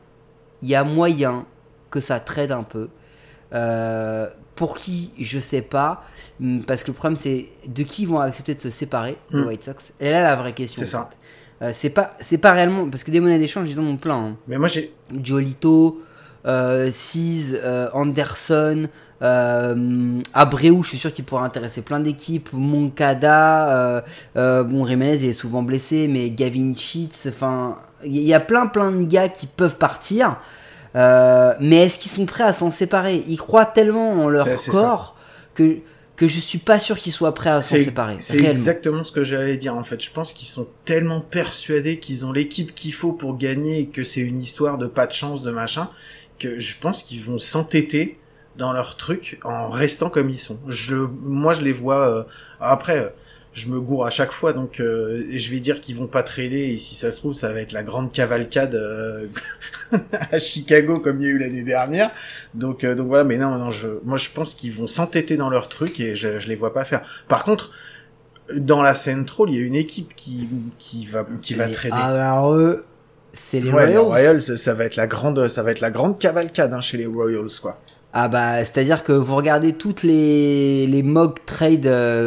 Speaker 4: que ça trade un peu. Pour qui, je sais pas, parce que le problème c'est de qui ils vont accepter de se séparer, les White Sox. Et là la vraie question.
Speaker 1: C'est ça.
Speaker 4: C'est pas réellement, parce que des monnaies d'échange ils en ont plein. Hein.
Speaker 1: Mais moi j'ai
Speaker 4: Giolito, Cease, Anderson, Abreu, je suis sûr qu'il pourrait intéresser plein d'équipes. Moncada, Jiménez il est souvent blessé, mais Gavin Sheets, enfin, il y a plein de gars qui peuvent partir. Mais est-ce qu'ils sont prêts à s'en séparer? Ils croient tellement en leur corps que je suis pas sûr qu'ils soient prêts à s'en séparer.
Speaker 1: C'est exactement ce que j'allais dire en fait. Je pense qu'ils sont tellement persuadés qu'ils ont l'équipe qu'il faut pour gagner et que c'est une histoire de pas de chance, de machin, que je pense qu'ils vont s'entêter dans leur truc en restant comme ils sont. Moi je les vois après je me gourre à chaque fois, donc je vais dire qu'ils vont pas trader, et si ça se trouve ça va être la grande cavalcade à Chicago comme il y a eu l'année dernière, donc voilà. Mais non, moi je pense qu'ils vont s'entêter dans leur truc et je les vois pas faire. Par contre, dans la Central, il y a une équipe qui va trader.
Speaker 4: Alors c'est les Royals.
Speaker 1: Les Royals, ça va être la grande cavalcade chez les Royals quoi.
Speaker 4: Ah bah, c'est-à-dire que vous regardez toutes les mock trades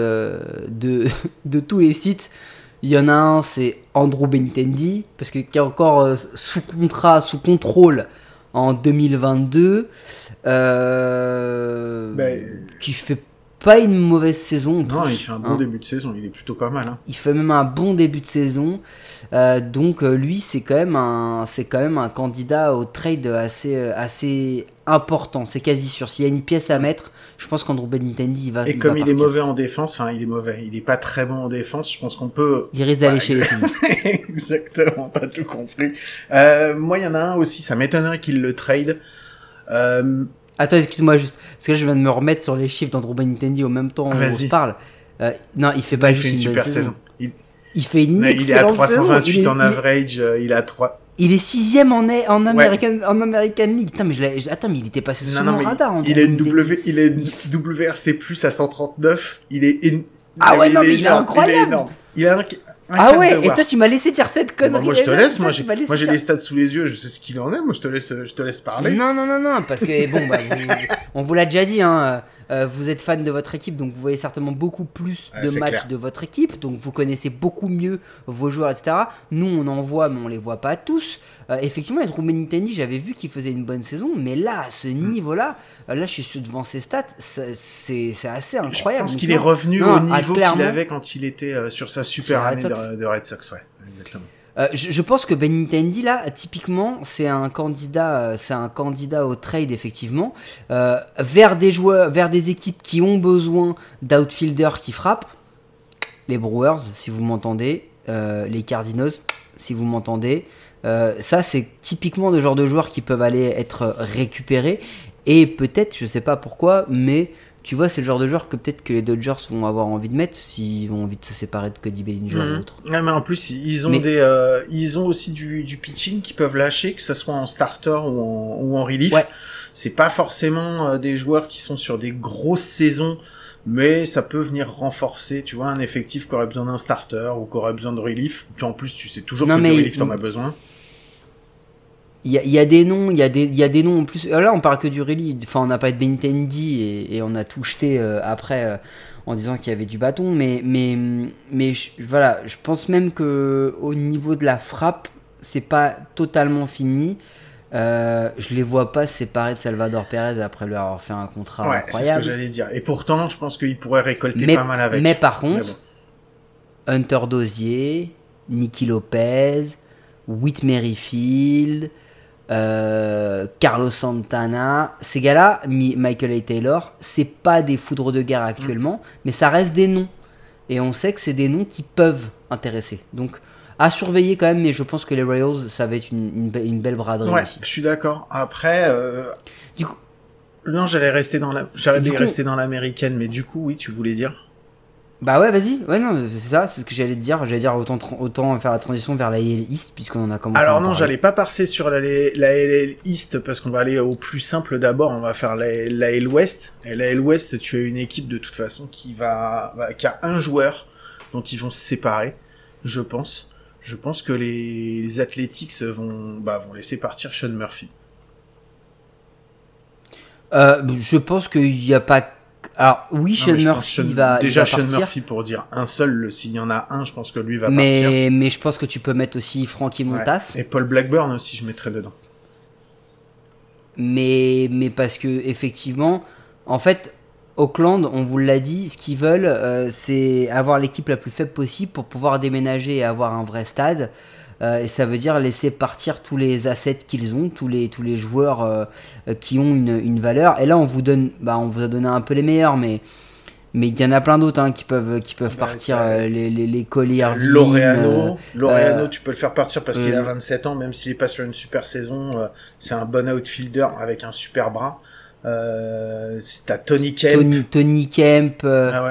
Speaker 4: de tous les sites, il y en a un, c'est Andrew Benintendi, parce qu'il est encore sous contrat, sous contrôle en 2022, qui fait pas une mauvaise saison.
Speaker 1: Non, il fait un bon début de saison, il est plutôt pas mal.
Speaker 4: Il fait même un bon début de saison, donc lui c'est quand même un candidat au trade assez important, c'est quasi sûr. S'il y a une pièce à mettre, je pense qu'Andrew Benintendi il va.
Speaker 1: Et comme il est mauvais en défense, enfin il est mauvais, il est pas très bon en défense, je pense qu'on peut.
Speaker 4: Il risque d'aller chez les Phillies.
Speaker 1: Exactement, t'as tout compris. Moi il y en a un aussi, ça m'étonnerait qu'il le trade.
Speaker 4: Attends, excuse-moi juste, parce que là je viens de me remettre sur les chiffres d'Andrew Benintendi au même temps où on se parle. Non, il fait pas juste
Speaker 1: une super saison.
Speaker 4: Il fait une
Speaker 1: il est à
Speaker 4: excellente
Speaker 1: 328
Speaker 4: saison.
Speaker 1: en average, il est à 3.
Speaker 4: Il est 6ème en American League. Putain, mais mais il était passé sous mon radar.
Speaker 1: Il a une WRC+ à 139. Il est
Speaker 4: il est incroyable.
Speaker 1: Il a un
Speaker 4: ah ouais, et toi tu m'as laissé dire cette connerie.
Speaker 1: Moi je te laisse, moi j'ai les stats sous les yeux, je sais ce qu'il en est, moi je te laisse parler.
Speaker 4: Non, parce que bon, on vous l'a déjà dit, hein, vous êtes fan de votre équipe, donc vous voyez certainement beaucoup plus de matchs clair. De votre équipe, donc vous connaissez beaucoup mieux vos joueurs, etc. Nous on en voit, mais on les voit pas tous. Effectivement, Drew Benintendi, j'avais vu qu'il faisait une bonne saison, mais là, à ce niveau-là, là je suis devant ses stats, c'est assez incroyable.
Speaker 1: Je pense qu'il est revenu au niveau qu'il avait quand il était sur sa super année de Red Sox, ouais, exactement.
Speaker 4: Je pense que Benintendi là, typiquement, c'est un candidat au trade effectivement, vers des équipes qui ont besoin d'outfielders qui frappent. Les Brewers, si vous m'entendez, les Cardinals, si vous m'entendez. Ça, c'est typiquement le genre de joueurs qui peuvent aller être récupérés. Et peut-être, je sais pas pourquoi, mais tu vois, c'est le genre de joueur que peut-être que les Dodgers vont avoir envie de mettre s'ils ont envie de se séparer de Cody Bellinger ou autre.
Speaker 1: Ouais, mais en plus, ils ont aussi du pitching qu'ils peuvent lâcher, que ce soit en starter ou en relief. Ouais. C'est pas forcément des joueurs qui sont sur des grosses saisons, mais ça peut venir renforcer, tu vois, un effectif qui aurait besoin d'un starter ou qui aurait besoin de relief. Puis en plus, tu sais toujours que du relief t'en as besoin.
Speaker 4: Il y a des noms, il y a des noms en plus. Là, on parle que du relief. Enfin, on n'a pas de Benintendi et on a tout jeté après en disant qu'il y avait du bâton. Mais voilà, je pense même que au niveau de la frappe, c'est pas totalement fini. Je les vois pas séparer de Salvador Perez après lui avoir fait un contrat incroyable.
Speaker 1: C'est ce que j'allais dire. Et pourtant, je pense qu'il pourrait récolter pas mal avec.
Speaker 4: Mais par contre, Hunter Dozier, Nicky Lopez, Whit Merrifield, Carlos Santana, ces gars-là, Michael A. Taylor, c'est pas des foudres de guerre actuellement, mais ça reste des noms. Et on sait que c'est des noms qui peuvent intéresser. Donc, à surveiller quand même, mais je pense que les Royals, ça va être une belle braderie.
Speaker 1: Ouais,
Speaker 4: aussi.
Speaker 1: Je suis d'accord. Après,
Speaker 4: du coup,
Speaker 1: non, j'allais rester dans l'américaine, mais du coup, oui, tu voulais dire.
Speaker 4: Bah ouais, vas-y. Ouais, non, c'est ça, c'est ce que j'allais te dire. J'allais dire autant faire la transition vers la AL East, puisqu'on en a commencé.
Speaker 1: Alors non, j'allais pas passer sur la AL East, parce qu'on va aller au plus simple d'abord. On va faire la AL West. Et la AL West, tu as une équipe de toute façon qui a un joueur dont ils vont se séparer, je pense. Je pense que les Athletics vont laisser partir Sean Murphy.
Speaker 4: Je pense qu'il n'y a pas. Alors oui, Sean Murphy va
Speaker 1: déjà
Speaker 4: Sean
Speaker 1: Murphy, pour dire un seul, s'il y en a un, je pense que lui va
Speaker 4: partir.
Speaker 1: Mais
Speaker 4: je pense que tu peux mettre aussi Frankie Montas.
Speaker 1: Ouais. Et Paul Blackburn aussi, je mettrais dedans.
Speaker 4: Mais parce que effectivement, en fait, Oakland, on vous l'a dit, ce qu'ils veulent, c'est avoir l'équipe la plus faible possible pour pouvoir déménager et avoir un vrai stade. Et ça veut dire laisser partir tous les assets qu'ils ont, tous les joueurs qui ont une valeur. Et là, on vous a donné un peu les meilleurs, mais il y en a plein d'autres qui peuvent partir. Les Collier,
Speaker 1: Laureano, tu peux le faire partir parce qu'il a 27 ans, même s'il est pas sur une super saison. C'est un bon outfielder avec un super bras. T'as Tony Kemp.
Speaker 4: Tony Kemp.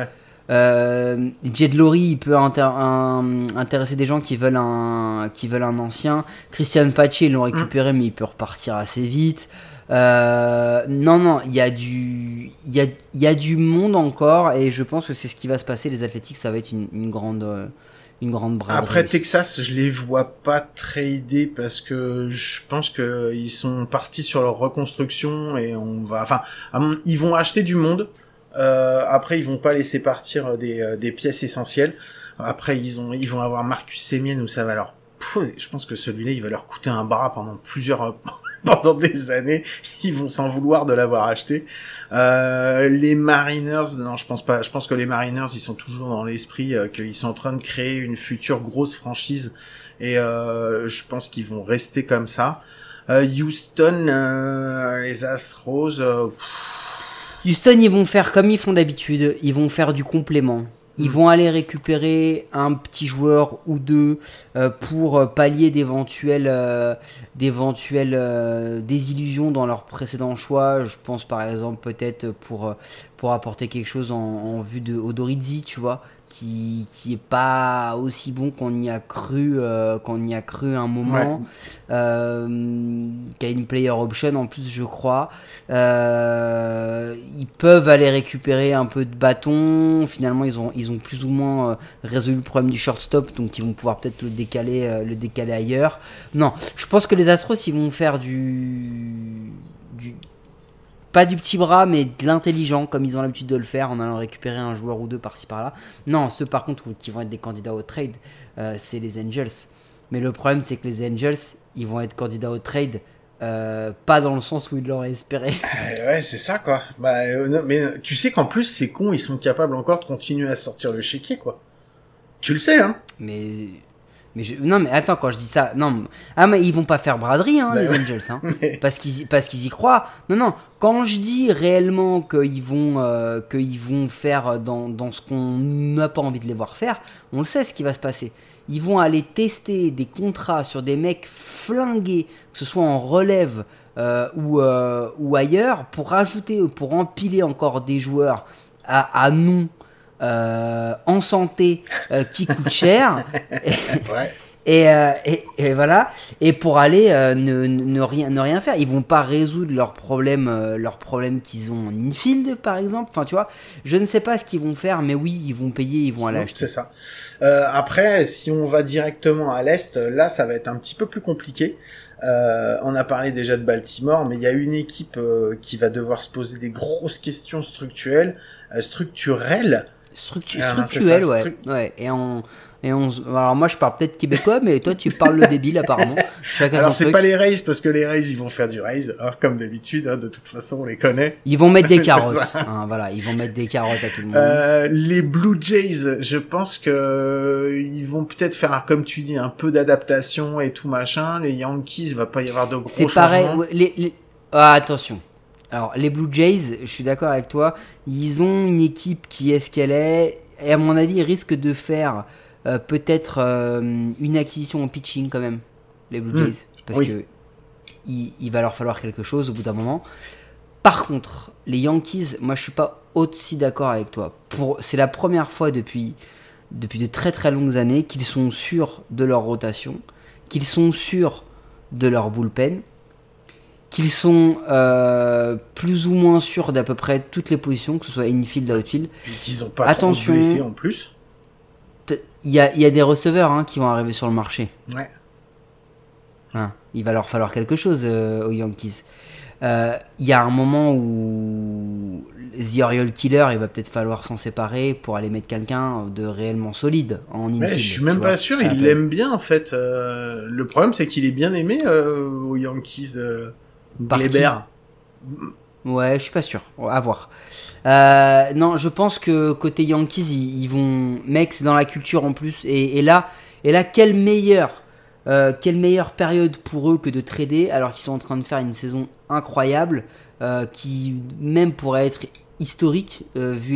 Speaker 4: Jed Lowry, il peut intéresser des gens qui veulent un ancien. Christian Pache, ils l'ont récupéré, mais il peut repartir assez vite. Non, il y a du monde encore, et je pense que c'est ce qui va se passer. Les Athletics, ça va être une grande braderie.
Speaker 1: Après Texas, je les vois pas trader parce que je pense que ils sont partis sur leur reconstruction et ils vont acheter du monde. Après, ils vont pas laisser partir des pièces essentielles. Après, ils vont avoir Marcus Semien où ça va leur. Je pense que celui-là, il va leur coûter un bras pendant des années. Ils vont s'en vouloir de l'avoir acheté. Les Mariners, non, je pense pas. Je pense que les Mariners, ils sont toujours dans l'esprit qu'ils sont en train de créer une future grosse franchise et je pense qu'ils vont rester comme ça. Houston, les Astros.
Speaker 4: Houston, ils vont faire comme ils font d'habitude, ils vont faire du complément. Ils vont aller récupérer un petit joueur ou deux pour pallier d'éventuelles désillusions dans leur précédent choix. Je pense par exemple peut-être pour apporter quelque chose en vue de Odorizzi, tu vois. qui est pas aussi bon qu'on y a cru un moment, qui a une player option en plus je crois. Ils peuvent aller récupérer un peu de bâton. Finalement ils ont plus ou moins résolu le problème du shortstop, donc ils vont pouvoir peut-être le décaler ailleurs. Non, je pense que les Astros ils vont faire du pas du petit bras, mais de l'intelligent, comme ils ont l'habitude de le faire, en allant récupérer un joueur ou deux par-ci par-là. Non, ceux par contre qui vont être des candidats au trade, c'est les Angels. Mais le problème, c'est que les Angels, ils vont être candidats au trade, pas dans le sens où ils l'auraient espéré.
Speaker 1: Ouais, c'est ça, quoi. Non, mais tu sais qu'en plus, ces cons, ils sont capables encore de continuer à sortir le chéquier, quoi. Tu le sais, hein.
Speaker 4: Non mais attends, quand je dis ça, mais ils vont pas faire braderie les Angels parce qu'ils y croient. Non, quand je dis réellement qu'ils vont faire dans ce qu'on n'a pas envie de les voir faire, on le sait ce qui va se passer. Ils vont aller tester des contrats sur des mecs flingués, que ce soit en relève ou ailleurs, pour empiler encore des joueurs à nom. En santé qui coûte cher et voilà, et pour aller ne rien faire. Ils vont pas résoudre leurs problèmes qu'ils ont en infield par exemple. Enfin tu vois, je ne sais pas ce qu'ils vont faire, mais oui ils vont payer, ils vont aller acheter.
Speaker 1: C'est ça. Après si on va directement à l'est, là ça va être un petit peu plus compliqué. On a parlé déjà de Baltimore, mais il y a une équipe qui va devoir se poser des grosses questions structurelles,
Speaker 4: ouais. Alors moi je parle peut-être québécois, mais toi tu parles le débile apparemment.
Speaker 1: Alors c'est pas les Rays, parce que les Rays ils vont faire du Rays, comme d'habitude, de toute façon on les connaît.
Speaker 4: Ils vont mettre des carottes, voilà, ils vont mettre des carottes à tout le monde.
Speaker 1: Les Blue Jays, je pense que ils vont peut-être faire, comme tu dis, un peu d'adaptation et tout machin. Les Yankees, il va pas y avoir de gros changements.
Speaker 4: C'est pareil, attention. Alors, les Blue Jays, je suis d'accord avec toi, ils ont une équipe qui est ce qu'elle est, et à mon avis, ils risquent de faire peut-être une acquisition en pitching quand même, les Blue Jays, parce que il va leur falloir quelque chose au bout d'un moment. Par contre, les Yankees, moi je suis pas aussi d'accord avec toi. C'est la première fois depuis de très très longues années qu'ils sont sûrs de leur rotation, qu'ils sont sûrs de leur bullpen, qu'ils sont plus ou moins sûrs d'à peu près toutes les positions, que ce soit infield, outfield.
Speaker 1: Et qu'ils ont pas trop de blessés en plus.
Speaker 4: Il y a des receveurs qui vont arriver sur le marché.
Speaker 1: Ouais.
Speaker 4: Il va leur falloir quelque chose aux Yankees. Il y a un moment où The Oriole Killer, il va peut-être falloir s'en séparer pour aller mettre quelqu'un de réellement solide en infield.
Speaker 1: Mais je suis même pas sûr, il l'aime bien en fait. Le problème c'est qu'il est bien aimé aux Yankees. Gleber.
Speaker 4: Ouais, je suis pas sûr. À voir. Non, je pense que côté Yankees, ils vont. Mec, c'est dans la culture en plus. Et là, quelle meilleure période pour eux que de trader alors qu'ils sont en train de faire une saison incroyable, qui même pourrait être historique vu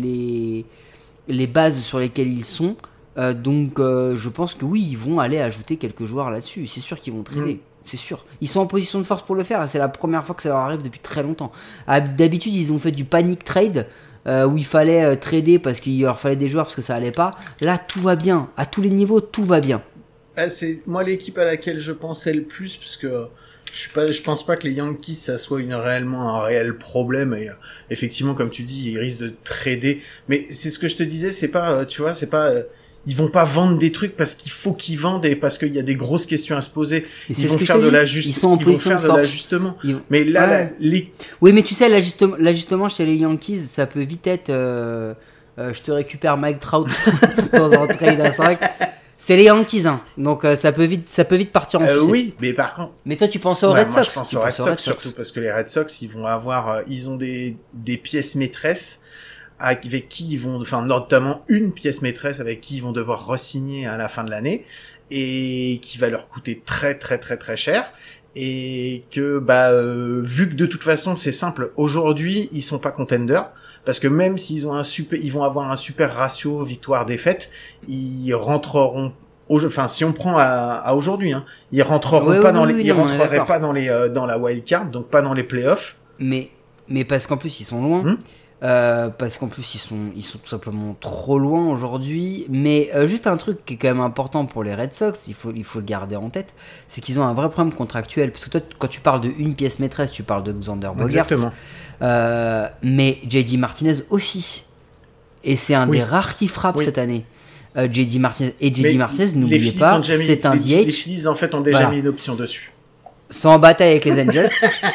Speaker 4: les bases sur lesquelles ils sont. Donc, je pense que oui, ils vont aller ajouter quelques joueurs là-dessus. C'est sûr qu'ils vont trader. C'est sûr. Ils sont en position de force pour le faire et c'est la première fois que ça leur arrive depuis très longtemps. D'habitude, ils ont fait du panic trade où il fallait trader parce qu'il leur fallait des joueurs parce que ça allait pas. Là, tout va bien. À tous les niveaux, tout va bien.
Speaker 1: C'est moi l'équipe à laquelle je pensais le plus parce que je pense pas que les Yankees ça soit réellement un réel problème et effectivement comme tu dis ils risquent de trader. Mais c'est ce que je te disais, c'est pas ils vont pas vendre des trucs parce qu'il faut qu'ils vendent et parce qu'il y a des grosses questions à se poser. Ils vont faire de l'ajustement. Ils vont faire de l'ajustement. Mais là,
Speaker 4: oui, mais tu sais, l'ajustement chez les Yankees, ça peut vite être, je te récupère Mike Trout dans un trade à 5. C'est les Yankees, donc ça peut vite partir en sucette.
Speaker 1: Oui, mais par contre.
Speaker 4: Mais toi, tu penses aux Red Sox.
Speaker 1: Moi, je pense aux Red Sox surtout parce que les Red Sox, ils vont avoir, ils ont des pièces maîtresses. Avec qui ils vont, notamment une pièce maîtresse avec qui ils vont devoir re-signer à la fin de l'année et qui va leur coûter très très très très cher et que vu que de toute façon c'est simple, aujourd'hui ils sont pas contenders parce que même s'ils ont ils vont avoir un super ratio victoire-défaite, ils rentreront si on prend à aujourd'hui, ils rentreront pas ils rentreraient pas dans la wild card, donc pas dans les playoffs.
Speaker 4: Mais parce qu'en plus ils sont loin. parce qu'en plus ils sont tout simplement trop loin aujourd'hui. Mais juste un truc qui est quand même important pour les Red Sox, il faut le garder en tête, c'est qu'ils ont un vrai problème contractuel. Parce que toi, quand tu parles de une pièce maîtresse, tu parles de Xander Bogaerts.
Speaker 1: Exactement.
Speaker 4: Mais JD Martinez aussi. Et c'est un des rares qui frappe cette année. JD Martinez, n'oubliez pas, c'est un DH.
Speaker 1: Les Phillies en fait ont déjà mis une option dessus.
Speaker 4: Sont en bataille avec les Angels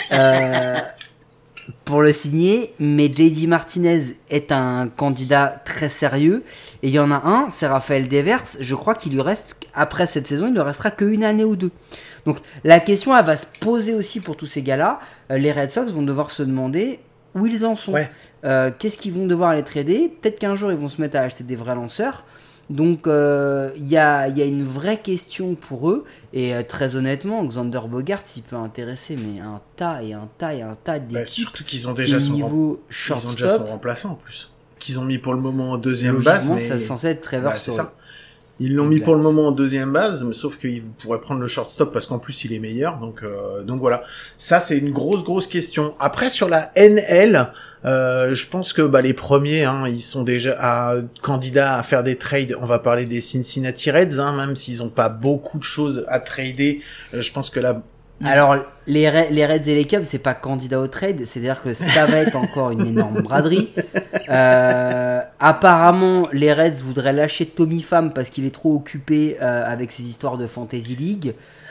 Speaker 4: pour le signer, mais JD Martinez est un candidat très sérieux. Et il y en a un, c'est Rafael Devers. Je crois qu'il lui reste, après cette saison, il ne restera qu'une année ou deux. Donc la question, elle va se poser aussi pour tous ces gars-là. Les Red Sox vont devoir se demander où ils en sont. Qu'est-ce qu'ils vont devoir aller trader. Peut-être qu'un jour, ils vont se mettre à acheter des vrais lanceurs. Donc il y a une vraie question pour eux. Et très honnêtement, Xander Bogaerts, il peut intéresser mais un tas d'équipes.
Speaker 1: Surtout qu'ils ont déjà son remplaçant en plus. Qu'ils ont mis pour le moment en deuxième base.
Speaker 4: Mais c'est censé être Trevor Story.
Speaker 1: Ils l'ont mis pour le moment en deuxième base, mais sauf qu'ils pourraient prendre le shortstop parce qu'en plus il est meilleur. Donc voilà. Ça c'est une grosse question. Après sur la NL, je pense que les premiers, ils sont déjà candidats à faire des trades. On va parler des Cincinnati Reds, même s'ils ont pas beaucoup de choses à trader. Je pense que là.
Speaker 4: Alors les Reds et les Cubs, c'est pas candidat au trade, c'est-à-dire que ça va être encore une énorme braderie. Apparemment, les Reds voudraient lâcher Tommy Pham parce qu'il est trop occupé avec ses histoires de Fantasy League.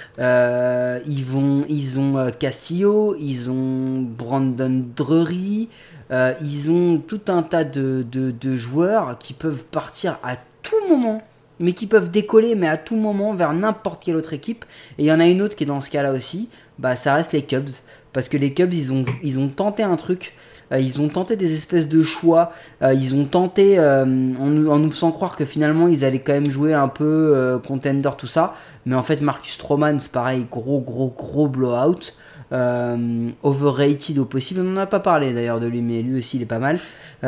Speaker 4: Ils ont Castillo, ils ont Brandon Drury, ils ont tout un tas de joueurs qui peuvent partir à tout moment. Mais qui peuvent décoller mais à tout moment vers n'importe quelle autre équipe. Et il y en a une autre qui est dans ce cas là aussi, ça reste les Cubs, parce que les Cubs ils ont tenté un truc, ils ont tenté des espèces de choix, ils ont tenté en nous faisant croire que finalement ils allaient quand même jouer un peu contender tout ça, mais en fait Marcus Stroman c'est pareil, gros blowout. Overrated au possible, on n'en a pas parlé d'ailleurs de lui, mais lui aussi il est pas mal.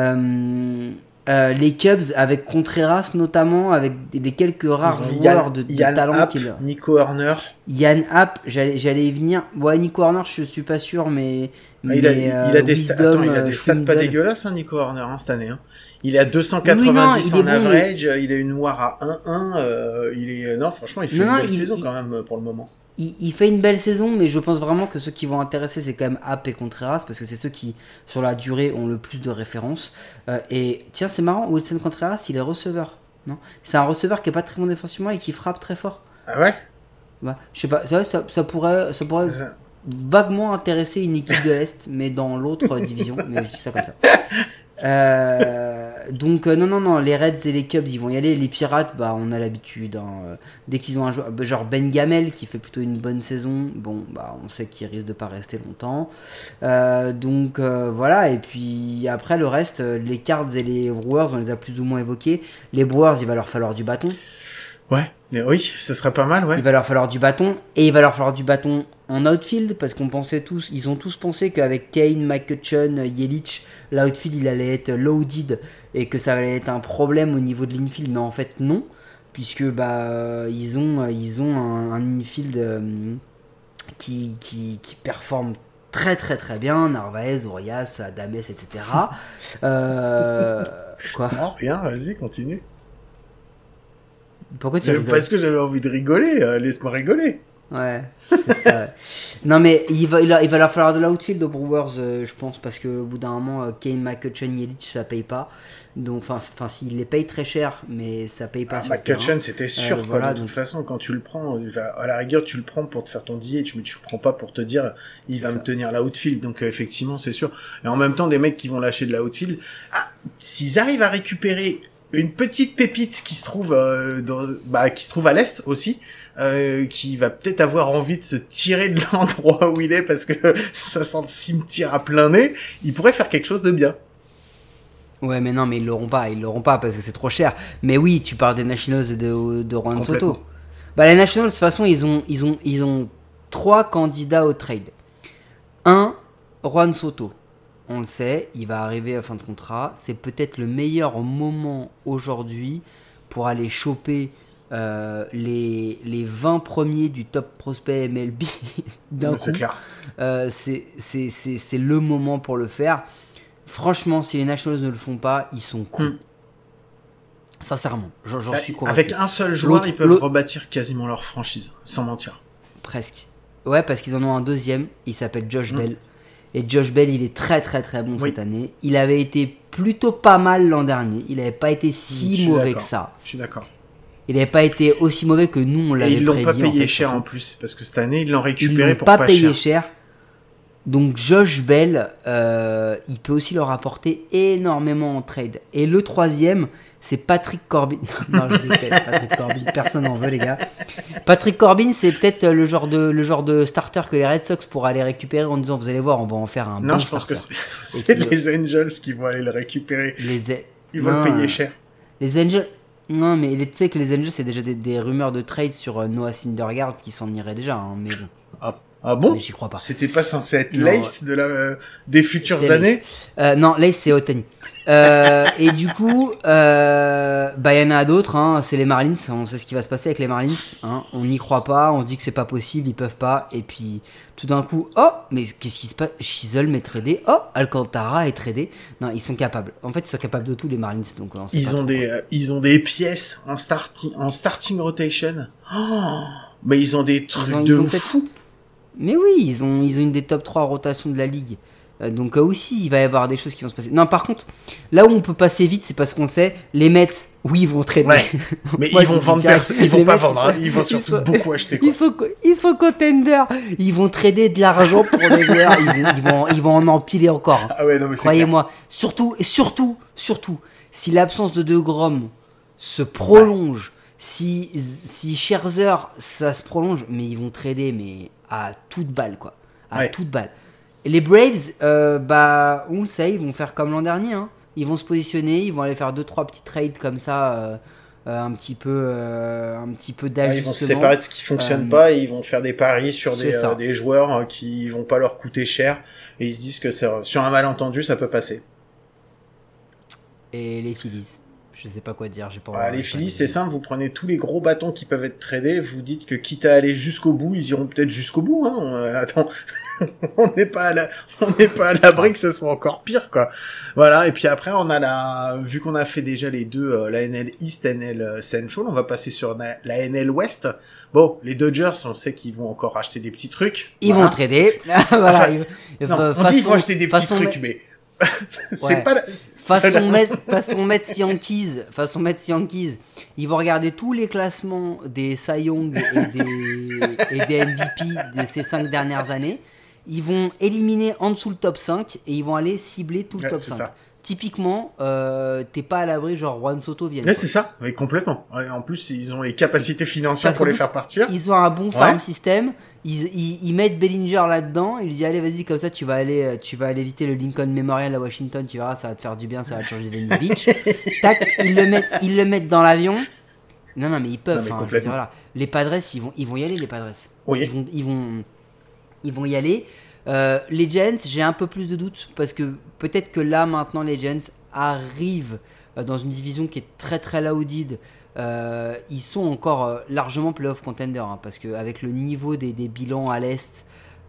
Speaker 4: Les Cubs avec Contreras notamment, avec les quelques rares joueurs de talent
Speaker 1: qu'il a. Nico Horner.
Speaker 4: Yann Happ, j'allais y venir. Ouais, Nico Horner, je suis pas sûr, mais
Speaker 1: il a des stats pas dégueulasses, Nico Horner, cette année. Il est à 290 en average, il a une WAR à 1-1, franchement, il fait une belle saison quand même pour le moment.
Speaker 4: Il fait une belle saison, mais je pense vraiment que ceux qui vont intéresser, c'est quand même Happ et Contreras, parce que c'est ceux qui, sur la durée, ont le plus de références. Et tiens, c'est marrant, Wilson Contreras, il est receveur, non ? C'est un receveur qui est pas très bon défensivement et qui frappe très fort.
Speaker 1: Ah ouais ?
Speaker 4: Je sais pas, ça pourrait vaguement intéresser une équipe de l'Est, mais dans l'autre division, mais je dis ça comme ça. Donc non, les Reds et les Cubs ils vont y aller. Les Pirates, on a l'habitude, dès qu'ils ont un joueur genre Ben Gamel qui fait plutôt une bonne saison, on sait qu'il risque de pas rester longtemps. Donc voilà, et puis après le reste, les Cards et les Brewers on les a plus ou moins évoqués. Les Brewers, il va leur falloir du bâton.
Speaker 1: Ouais, oui, ce serait pas mal, ouais.
Speaker 4: Il va leur falloir du bâton, et il va leur falloir du bâton en outfield, parce ils ont tous pensé qu'avec Kane, McCutchen, Yelich, l'outfield il allait être loaded, et que ça allait être un problème au niveau de l'infield, mais en fait non, puisque ils ont un infield qui performe très très très bien, Narvaez, Urias, Adames, etc. Quoi ?
Speaker 1: Non, rien, vas-y, continue.
Speaker 4: Pourquoi tu rigoles ?
Speaker 1: Parce que j'avais envie de rigoler, laisse-moi rigoler.
Speaker 4: Ouais, c'est ça. Non mais il va leur falloir de l'outfield aux Brewers, je pense, parce que au bout d'un moment, Kane, McCutchen, Yelich, ça paye pas. Donc, enfin, s'il les paye très cher, mais ça paye pas.
Speaker 1: McCutchen, c'était sûr. Voilà, de toute façon, quand tu le prends, à la rigueur, tu le prends pour te faire ton DH, mais tu le prends pas pour te dire, il va me tenir l'outfield. Donc, effectivement, c'est sûr. Et en même temps, des mecs qui vont lâcher de l'outfield, s'ils arrivent à récupérer une petite pépite qui se trouve qui se trouve à l'est aussi, qui va peut-être avoir envie de se tirer de l'endroit où il est parce que ça sent le cimetière à plein nez, il pourrait faire quelque chose de bien.
Speaker 4: Ouais, mais non, mais ils l'auront pas parce que c'est trop cher. Mais oui, tu parles des Nationals et de Juan Soto. Les Nationals de toute façon, ils ont 3 candidats au trade. 1, Juan Soto. On le sait, il va arriver à fin de contrat. C'est peut-être le meilleur moment aujourd'hui pour aller choper les 20 premiers du top prospect MLB d'un coup.
Speaker 1: C'est clair.
Speaker 4: C'est le moment pour le faire. franchement, si les Nationals ne le font pas, ils sont cons. Sincèrement, j'en suis convaincu.
Speaker 1: Avec un seul joueur, ils peuvent rebâtir quasiment leur franchise, sans mentir.
Speaker 4: Presque. Ouais, parce qu'ils en ont un deuxième, il s'appelle Josh Bell. Et Josh Bell, il est très très très bon cette année. Il avait été plutôt pas mal l'an dernier. Il n'avait pas été si mauvais que ça.
Speaker 1: Je suis d'accord.
Speaker 4: Il n'avait pas été aussi mauvais que nous, on l'avait prédit.
Speaker 1: Et ils l'ont pas payé cher en plus, parce que cette année, ils l'ont récupéré pour pas cher.
Speaker 4: Ils l'ont pas payé cher. Donc Josh Bell, il peut aussi leur apporter énormément en trade. Et le troisième, c'est Patrick Corbin. Non, je déteste Patrick Corbin, personne n'en veut les gars. Patrick Corbin, c'est peut-être le genre de starter que les Red Sox pourraient aller récupérer en disant vous allez voir, on va en faire un bon starter.
Speaker 1: Non, je pense que c'est les Angels qui vont aller le récupérer. Ils vont le payer cher.
Speaker 4: Les Angels... Non, mais tu sais que les Angels, c'est déjà des rumeurs de trade sur Noah Syndergaard qui s'en irait déjà, hein, mais bon.
Speaker 1: Ah bon?
Speaker 4: Mais j'y crois pas.
Speaker 1: C'était pas censé être l'Ace des futures années?
Speaker 4: Non, l'Ace c'est Ohtani. Et du coup, y en a d'autres, hein, c'est les Marlins. On sait ce qui va se passer avec les Marlins. Hein, on n'y croit pas, on se dit que c'est pas possible, ils peuvent pas. Et puis, tout d'un coup, mais qu'est-ce qui se passe? Chisholm est tradé. Alcantara est tradé. Non, ils sont capables. En fait, ils sont capables de tout, les Marlins. Donc,
Speaker 1: ils ont des pièces en starting rotation. Mais ils ont des trucs de fou.
Speaker 4: Mais oui, ils ont une des top 3 rotations de la ligue. Donc aussi, il va y avoir des choses qui vont se passer. Non, par contre, là où on peut passer vite, c'est parce qu'on sait, les Mets, oui, ils vont trader.
Speaker 1: Ouais, mais ils vont vendre ils vont pas vendre, ils vont surtout beaucoup acheter. Quoi.
Speaker 4: Ils sont contenders. Ils vont trader de l'argent pour les joueurs. Ils vont en empiler encore.
Speaker 1: Ah ouais, non, mais
Speaker 4: croyez-moi. Surtout, si l'absence de DeGrom se prolonge, si Scherzer, ça se prolonge, mais ils vont trader, mais à toute balle, quoi. Toute balle. Et les Braves, on le sait, ils vont faire comme l'an dernier. Hein. Ils vont se positionner, ils vont aller faire 2-3 petits trades comme ça, un petit peu d'ajustement.
Speaker 1: Ils vont se séparer de ce qui fonctionne pas et ils vont faire des paris sur des joueurs qui vont pas leur coûter cher. Et ils se disent que sur un malentendu, ça peut passer.
Speaker 4: Et les Phillies, je sais pas quoi dire.
Speaker 1: Les Phillies, c'est simple, vous prenez tous les gros bâtons qui peuvent être tradés, vous dites que quitte à aller jusqu'au bout, ils iront peut-être jusqu'au bout. Attends, on n'est pas à l'abri que ça soit encore pire, quoi. Voilà, et puis après, vu qu'on a fait déjà les deux, la NL East et NL Central, on va passer sur la NL West. Bon, les Dodgers, on sait qu'ils vont encore acheter des petits trucs.
Speaker 4: Ils vont trader. Voilà.
Speaker 1: On dit qu'ils vont acheter des petits trucs, mais... c'est pas
Speaker 4: façon Mets Yankees, ils vont regarder tous les classements des Cy Young et des MVP de ces 5 dernières années. Ils vont éliminer en dessous le top 5 et ils vont aller cibler tout le top 5. Ça. Typiquement, t'es pas à l'abri, genre Juan Soto vient.
Speaker 1: Ouais, c'est ça, oui, complètement. Ouais, en plus, ils ont les capacités financières pour les faire partir.
Speaker 4: Ils ont un bon farm system. Ils mettent Bellinger là-dedans. Ils lui disent allez, vas-y, comme ça, tu vas aller visiter le Lincoln Memorial à Washington. Tu verras, ça va te faire du bien, ça va te changer Venice Beach. Tac, ils le mettent dans l'avion. Non, mais ils peuvent. Je veux dire, voilà. Les Padres, ils vont y aller, les Padres.
Speaker 1: Oui.
Speaker 4: Ils vont y aller. Les Giants, j'ai un peu plus de doutes parce que peut-être que là maintenant les Giants arrivent dans une division qui est très très loaded. Ils sont encore largement playoff contender parce qu'avec le niveau des bilans à l'Est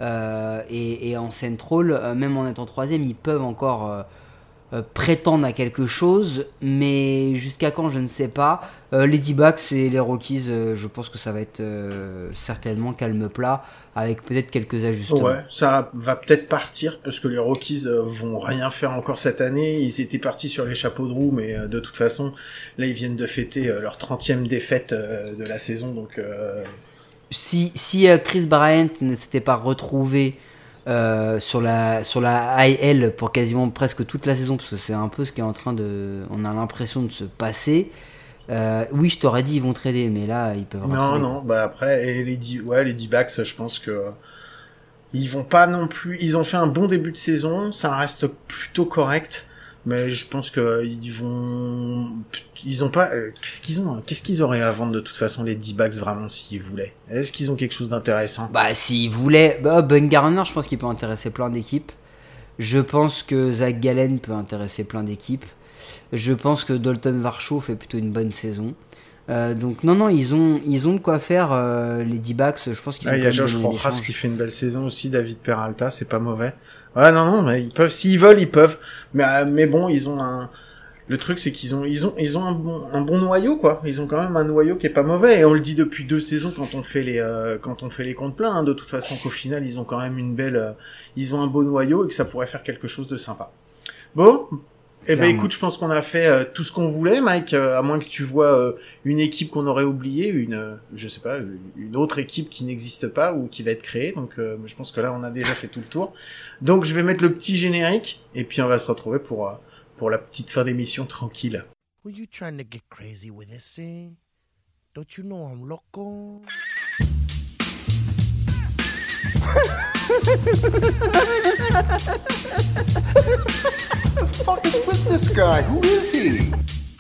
Speaker 4: et en Central, même en étant troisième, ils peuvent encore prétendre à quelque chose, mais jusqu'à quand je ne sais pas. Les D-backs et les Rockies, je pense que ça va être certainement calme plat avec peut-être quelques ajustements.
Speaker 1: Ouais, ça va peut-être partir parce que les Rockies vont rien faire encore cette année. Ils étaient partis sur les chapeaux de roue, mais de toute façon là ils viennent de fêter leur 30e défaite de la saison, donc
Speaker 4: si Chris Bryant ne s'était pas retrouvé sur la IL pour quasiment presque toute la saison, parce que c'est un peu ce qui est en train on a l'impression de se passer. Oui, je t'aurais dit ils vont trader, mais là ils peuvent.
Speaker 1: Non, après les D-backs, je pense que ils vont pas non plus. Ils ont fait un bon début de saison, ça reste plutôt correct, mais je pense que ils ont pas. Qu'est-ce qu'ils auraient à vendre de toute façon les D-backs vraiment s'ils voulaient? Est-ce qu'ils ont quelque chose d'intéressant?
Speaker 4: S'ils voulaient, Bumgarner, je pense qu'il peut intéresser plein d'équipes. Je pense que Zach Gallen peut intéresser plein d'équipes. Je pense que Dalton Varsho fait plutôt une bonne saison. Donc non, ils ont de quoi faire les D-backs. Je pense qu'ils ont.
Speaker 1: Il y a Josh Rojas qui fait une belle saison aussi. David Peralta, c'est pas mauvais. Ouais, non, mais ils peuvent, s'ils veulent, ils peuvent. Mais bon, ils ont le truc, c'est qu'ils ont un bon noyau, quoi. Ils ont quand même un noyau qui est pas mauvais. Et on le dit depuis 2 saisons quand on fait les comptes pleins, hein, de toute façon, qu'au final, ils ont quand même ils ont un beau noyau et que ça pourrait faire quelque chose de sympa. Bon. Eh ben, écoute, je pense qu'on a fait tout ce qu'on voulait, Mike, à moins que tu vois une équipe qu'on aurait oubliée, je sais pas, une autre équipe qui n'existe pas ou qui va être créée. Donc, je pense que là, on a déjà fait tout le tour. Donc, je vais mettre le petit générique et puis on va se retrouver pour la petite fin d'émission tranquille.
Speaker 5: Were you trying to get crazy with this thing? Don't you know I'm loco?
Speaker 6: What the fuck is with this guy? Who is he?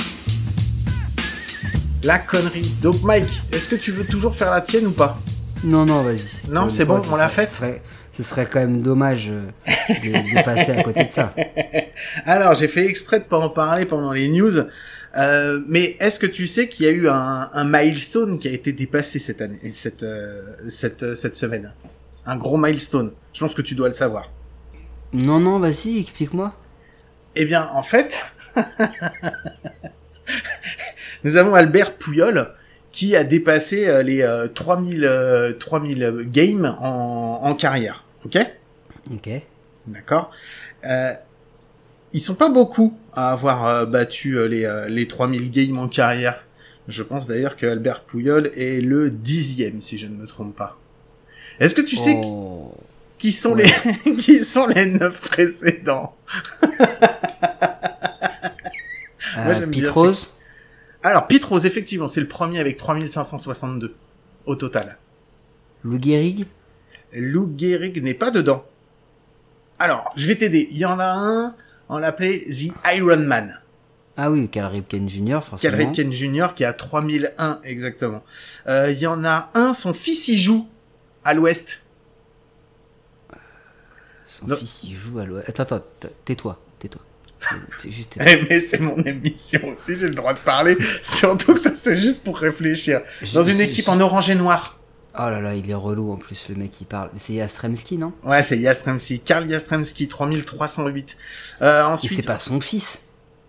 Speaker 1: La connerie. Donc Mike, est-ce que tu veux toujours faire la tienne ou pas?
Speaker 4: Non, vas-y.
Speaker 1: Non, c'est bon, on l'a faite.
Speaker 4: Ce serait quand même dommage de passer à côté de ça.
Speaker 1: Alors, j'ai fait exprès de pas en parler pendant les news. Mais est-ce que tu sais qu'il y a eu un milestone qui a été dépassé cette année, cette semaine? Un gros milestone. Je pense que tu dois le savoir.
Speaker 4: Non, vas-y, explique-moi.
Speaker 1: Eh bien, en fait, nous avons Albert Puyol qui a dépassé les 3000 games en carrière. Ok. D'accord. Ils sont pas beaucoup à avoir battu les 3000 games en carrière. Je pense d'ailleurs que Albert Puyol est le 10e, si je ne me trompe pas. Est-ce que tu sais qui sont les 9 précédents? Moi, j'aime
Speaker 4: Pete
Speaker 1: bien
Speaker 4: Rose.
Speaker 1: Alors, Pete Rose, effectivement, c'est le premier avec 3562 au total.
Speaker 4: Lou Gehrig.
Speaker 1: Lou Gehrig n'est pas dedans. Alors, je vais t'aider. Il y en a un, on l'appelait The Iron Man.
Speaker 4: Ah oui, Cal Ripken Jr., forcément.
Speaker 1: Cal Ripken Jr. qui a 3001, exactement. Il y en a un, son fils y joue à l'Ouest.
Speaker 4: Son fils y joue à l'Ouest. Attends, tais-toi. C'est juste tais-toi.
Speaker 1: Mais c'est mon émission aussi, j'ai le droit de parler. Surtout que c'est juste pour réfléchir. Dans une équipe en orange et noir.
Speaker 4: Oh là là, il est relou en plus, le mec qui parle. C'est Yastrzemski, non?
Speaker 1: Ouais, c'est Yastrzemski. Karl Yastrzemski, 3308. Ensuite.
Speaker 4: Et c'est pas son fils.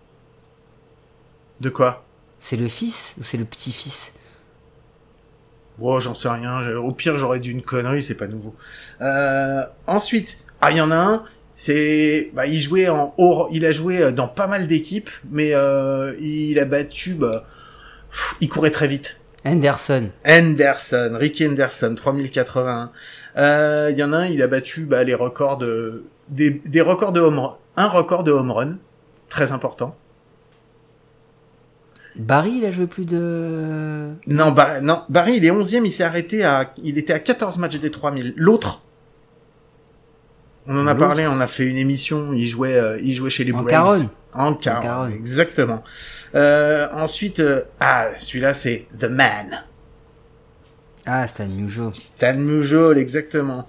Speaker 1: De quoi?
Speaker 4: C'est le fils ou c'est le petit-fils?
Speaker 1: Bon, j'en sais rien. Au pire, j'aurais dit une connerie, c'est pas nouveau. Ensuite, il y en a un. Il a joué dans pas mal d'équipes, mais il a battu. Il courait très vite. Ricky Henderson, 3081. Il y en a un, il a battu les records des records de home run. Un record de home run, très important.
Speaker 4: Barry, il a joué plus de...
Speaker 1: Non, Barry, il est 11e, il s'est arrêté il était à 14 matchs des 3000. L'autre, on en a parlé, on a fait une émission, il jouait chez les Braves. En Caron, exactement. Ensuite, celui-là, c'est The Man.
Speaker 4: Ah, Stan Musial.
Speaker 1: Stan Musial, exactement.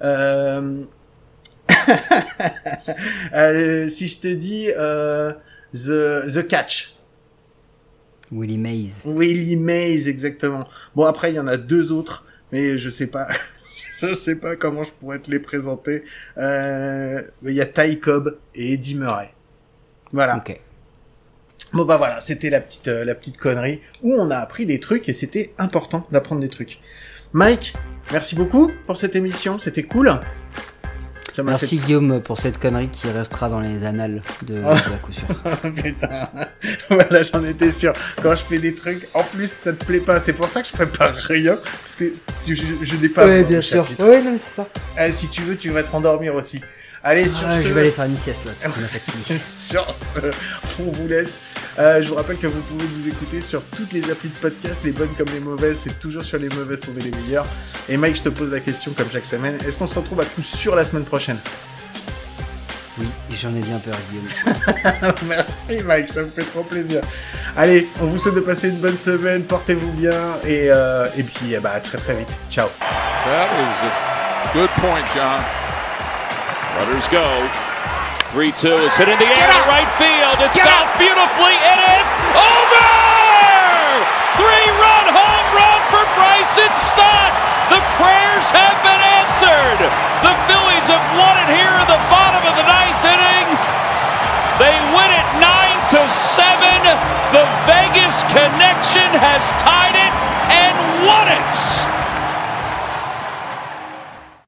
Speaker 1: Si je te dis The Catch.
Speaker 4: Willie
Speaker 1: Mays, exactement. Bon, après, il y en a 2 autres, mais je sais pas. Je sais pas comment je pourrais te les présenter. Il y a Ty Cobb et Eddie Murray. Voilà.
Speaker 4: Ok.
Speaker 1: Bon, voilà, c'était la petite connerie où on a appris des trucs et c'était important d'apprendre des trucs. Mike, merci beaucoup pour cette émission, c'était cool.
Speaker 4: Merci Guillaume pour cette connerie qui restera dans les annales de la coup sûr.
Speaker 1: Putain, voilà, j'en étais sûr. Quand je fais des trucs, en plus ça te plaît pas, c'est pour ça que je prépare rien, parce que je n'ai pas.
Speaker 4: Ouais, bien sûr. Ouais, non mais c'est ça.
Speaker 1: Si tu veux, tu vas te rendormir aussi. Allez, sur ce...
Speaker 4: Je vais aller faire une sieste là, c'est qu'on a fatigué.
Speaker 1: Sur ce, on vous laisse. Je vous rappelle que vous pouvez nous écouter sur toutes les applis de podcast, les bonnes comme les mauvaises. C'est toujours sur les mauvaises qu'on est les meilleurs. Et Mike, je te pose la question comme chaque semaine. Est-ce qu'on se retrouve à coup sûr la semaine prochaine?
Speaker 4: Oui, j'en ai bien peur, Guillaume.
Speaker 1: Merci Mike, ça me fait trop plaisir. Allez, on vous souhaite de passer une bonne semaine, portez-vous bien et puis à très très vite. Ciao.
Speaker 2: That is a good point, John. Runners go. 3-2 is hit in the air to right field. It's got beautifully. It is over! 3-run home run for Bryson Stott. The prayers have been answered. The Phillies have won it here in the bottom of the ninth inning. They win it 9-7. The Vegas Connection has tied it, and what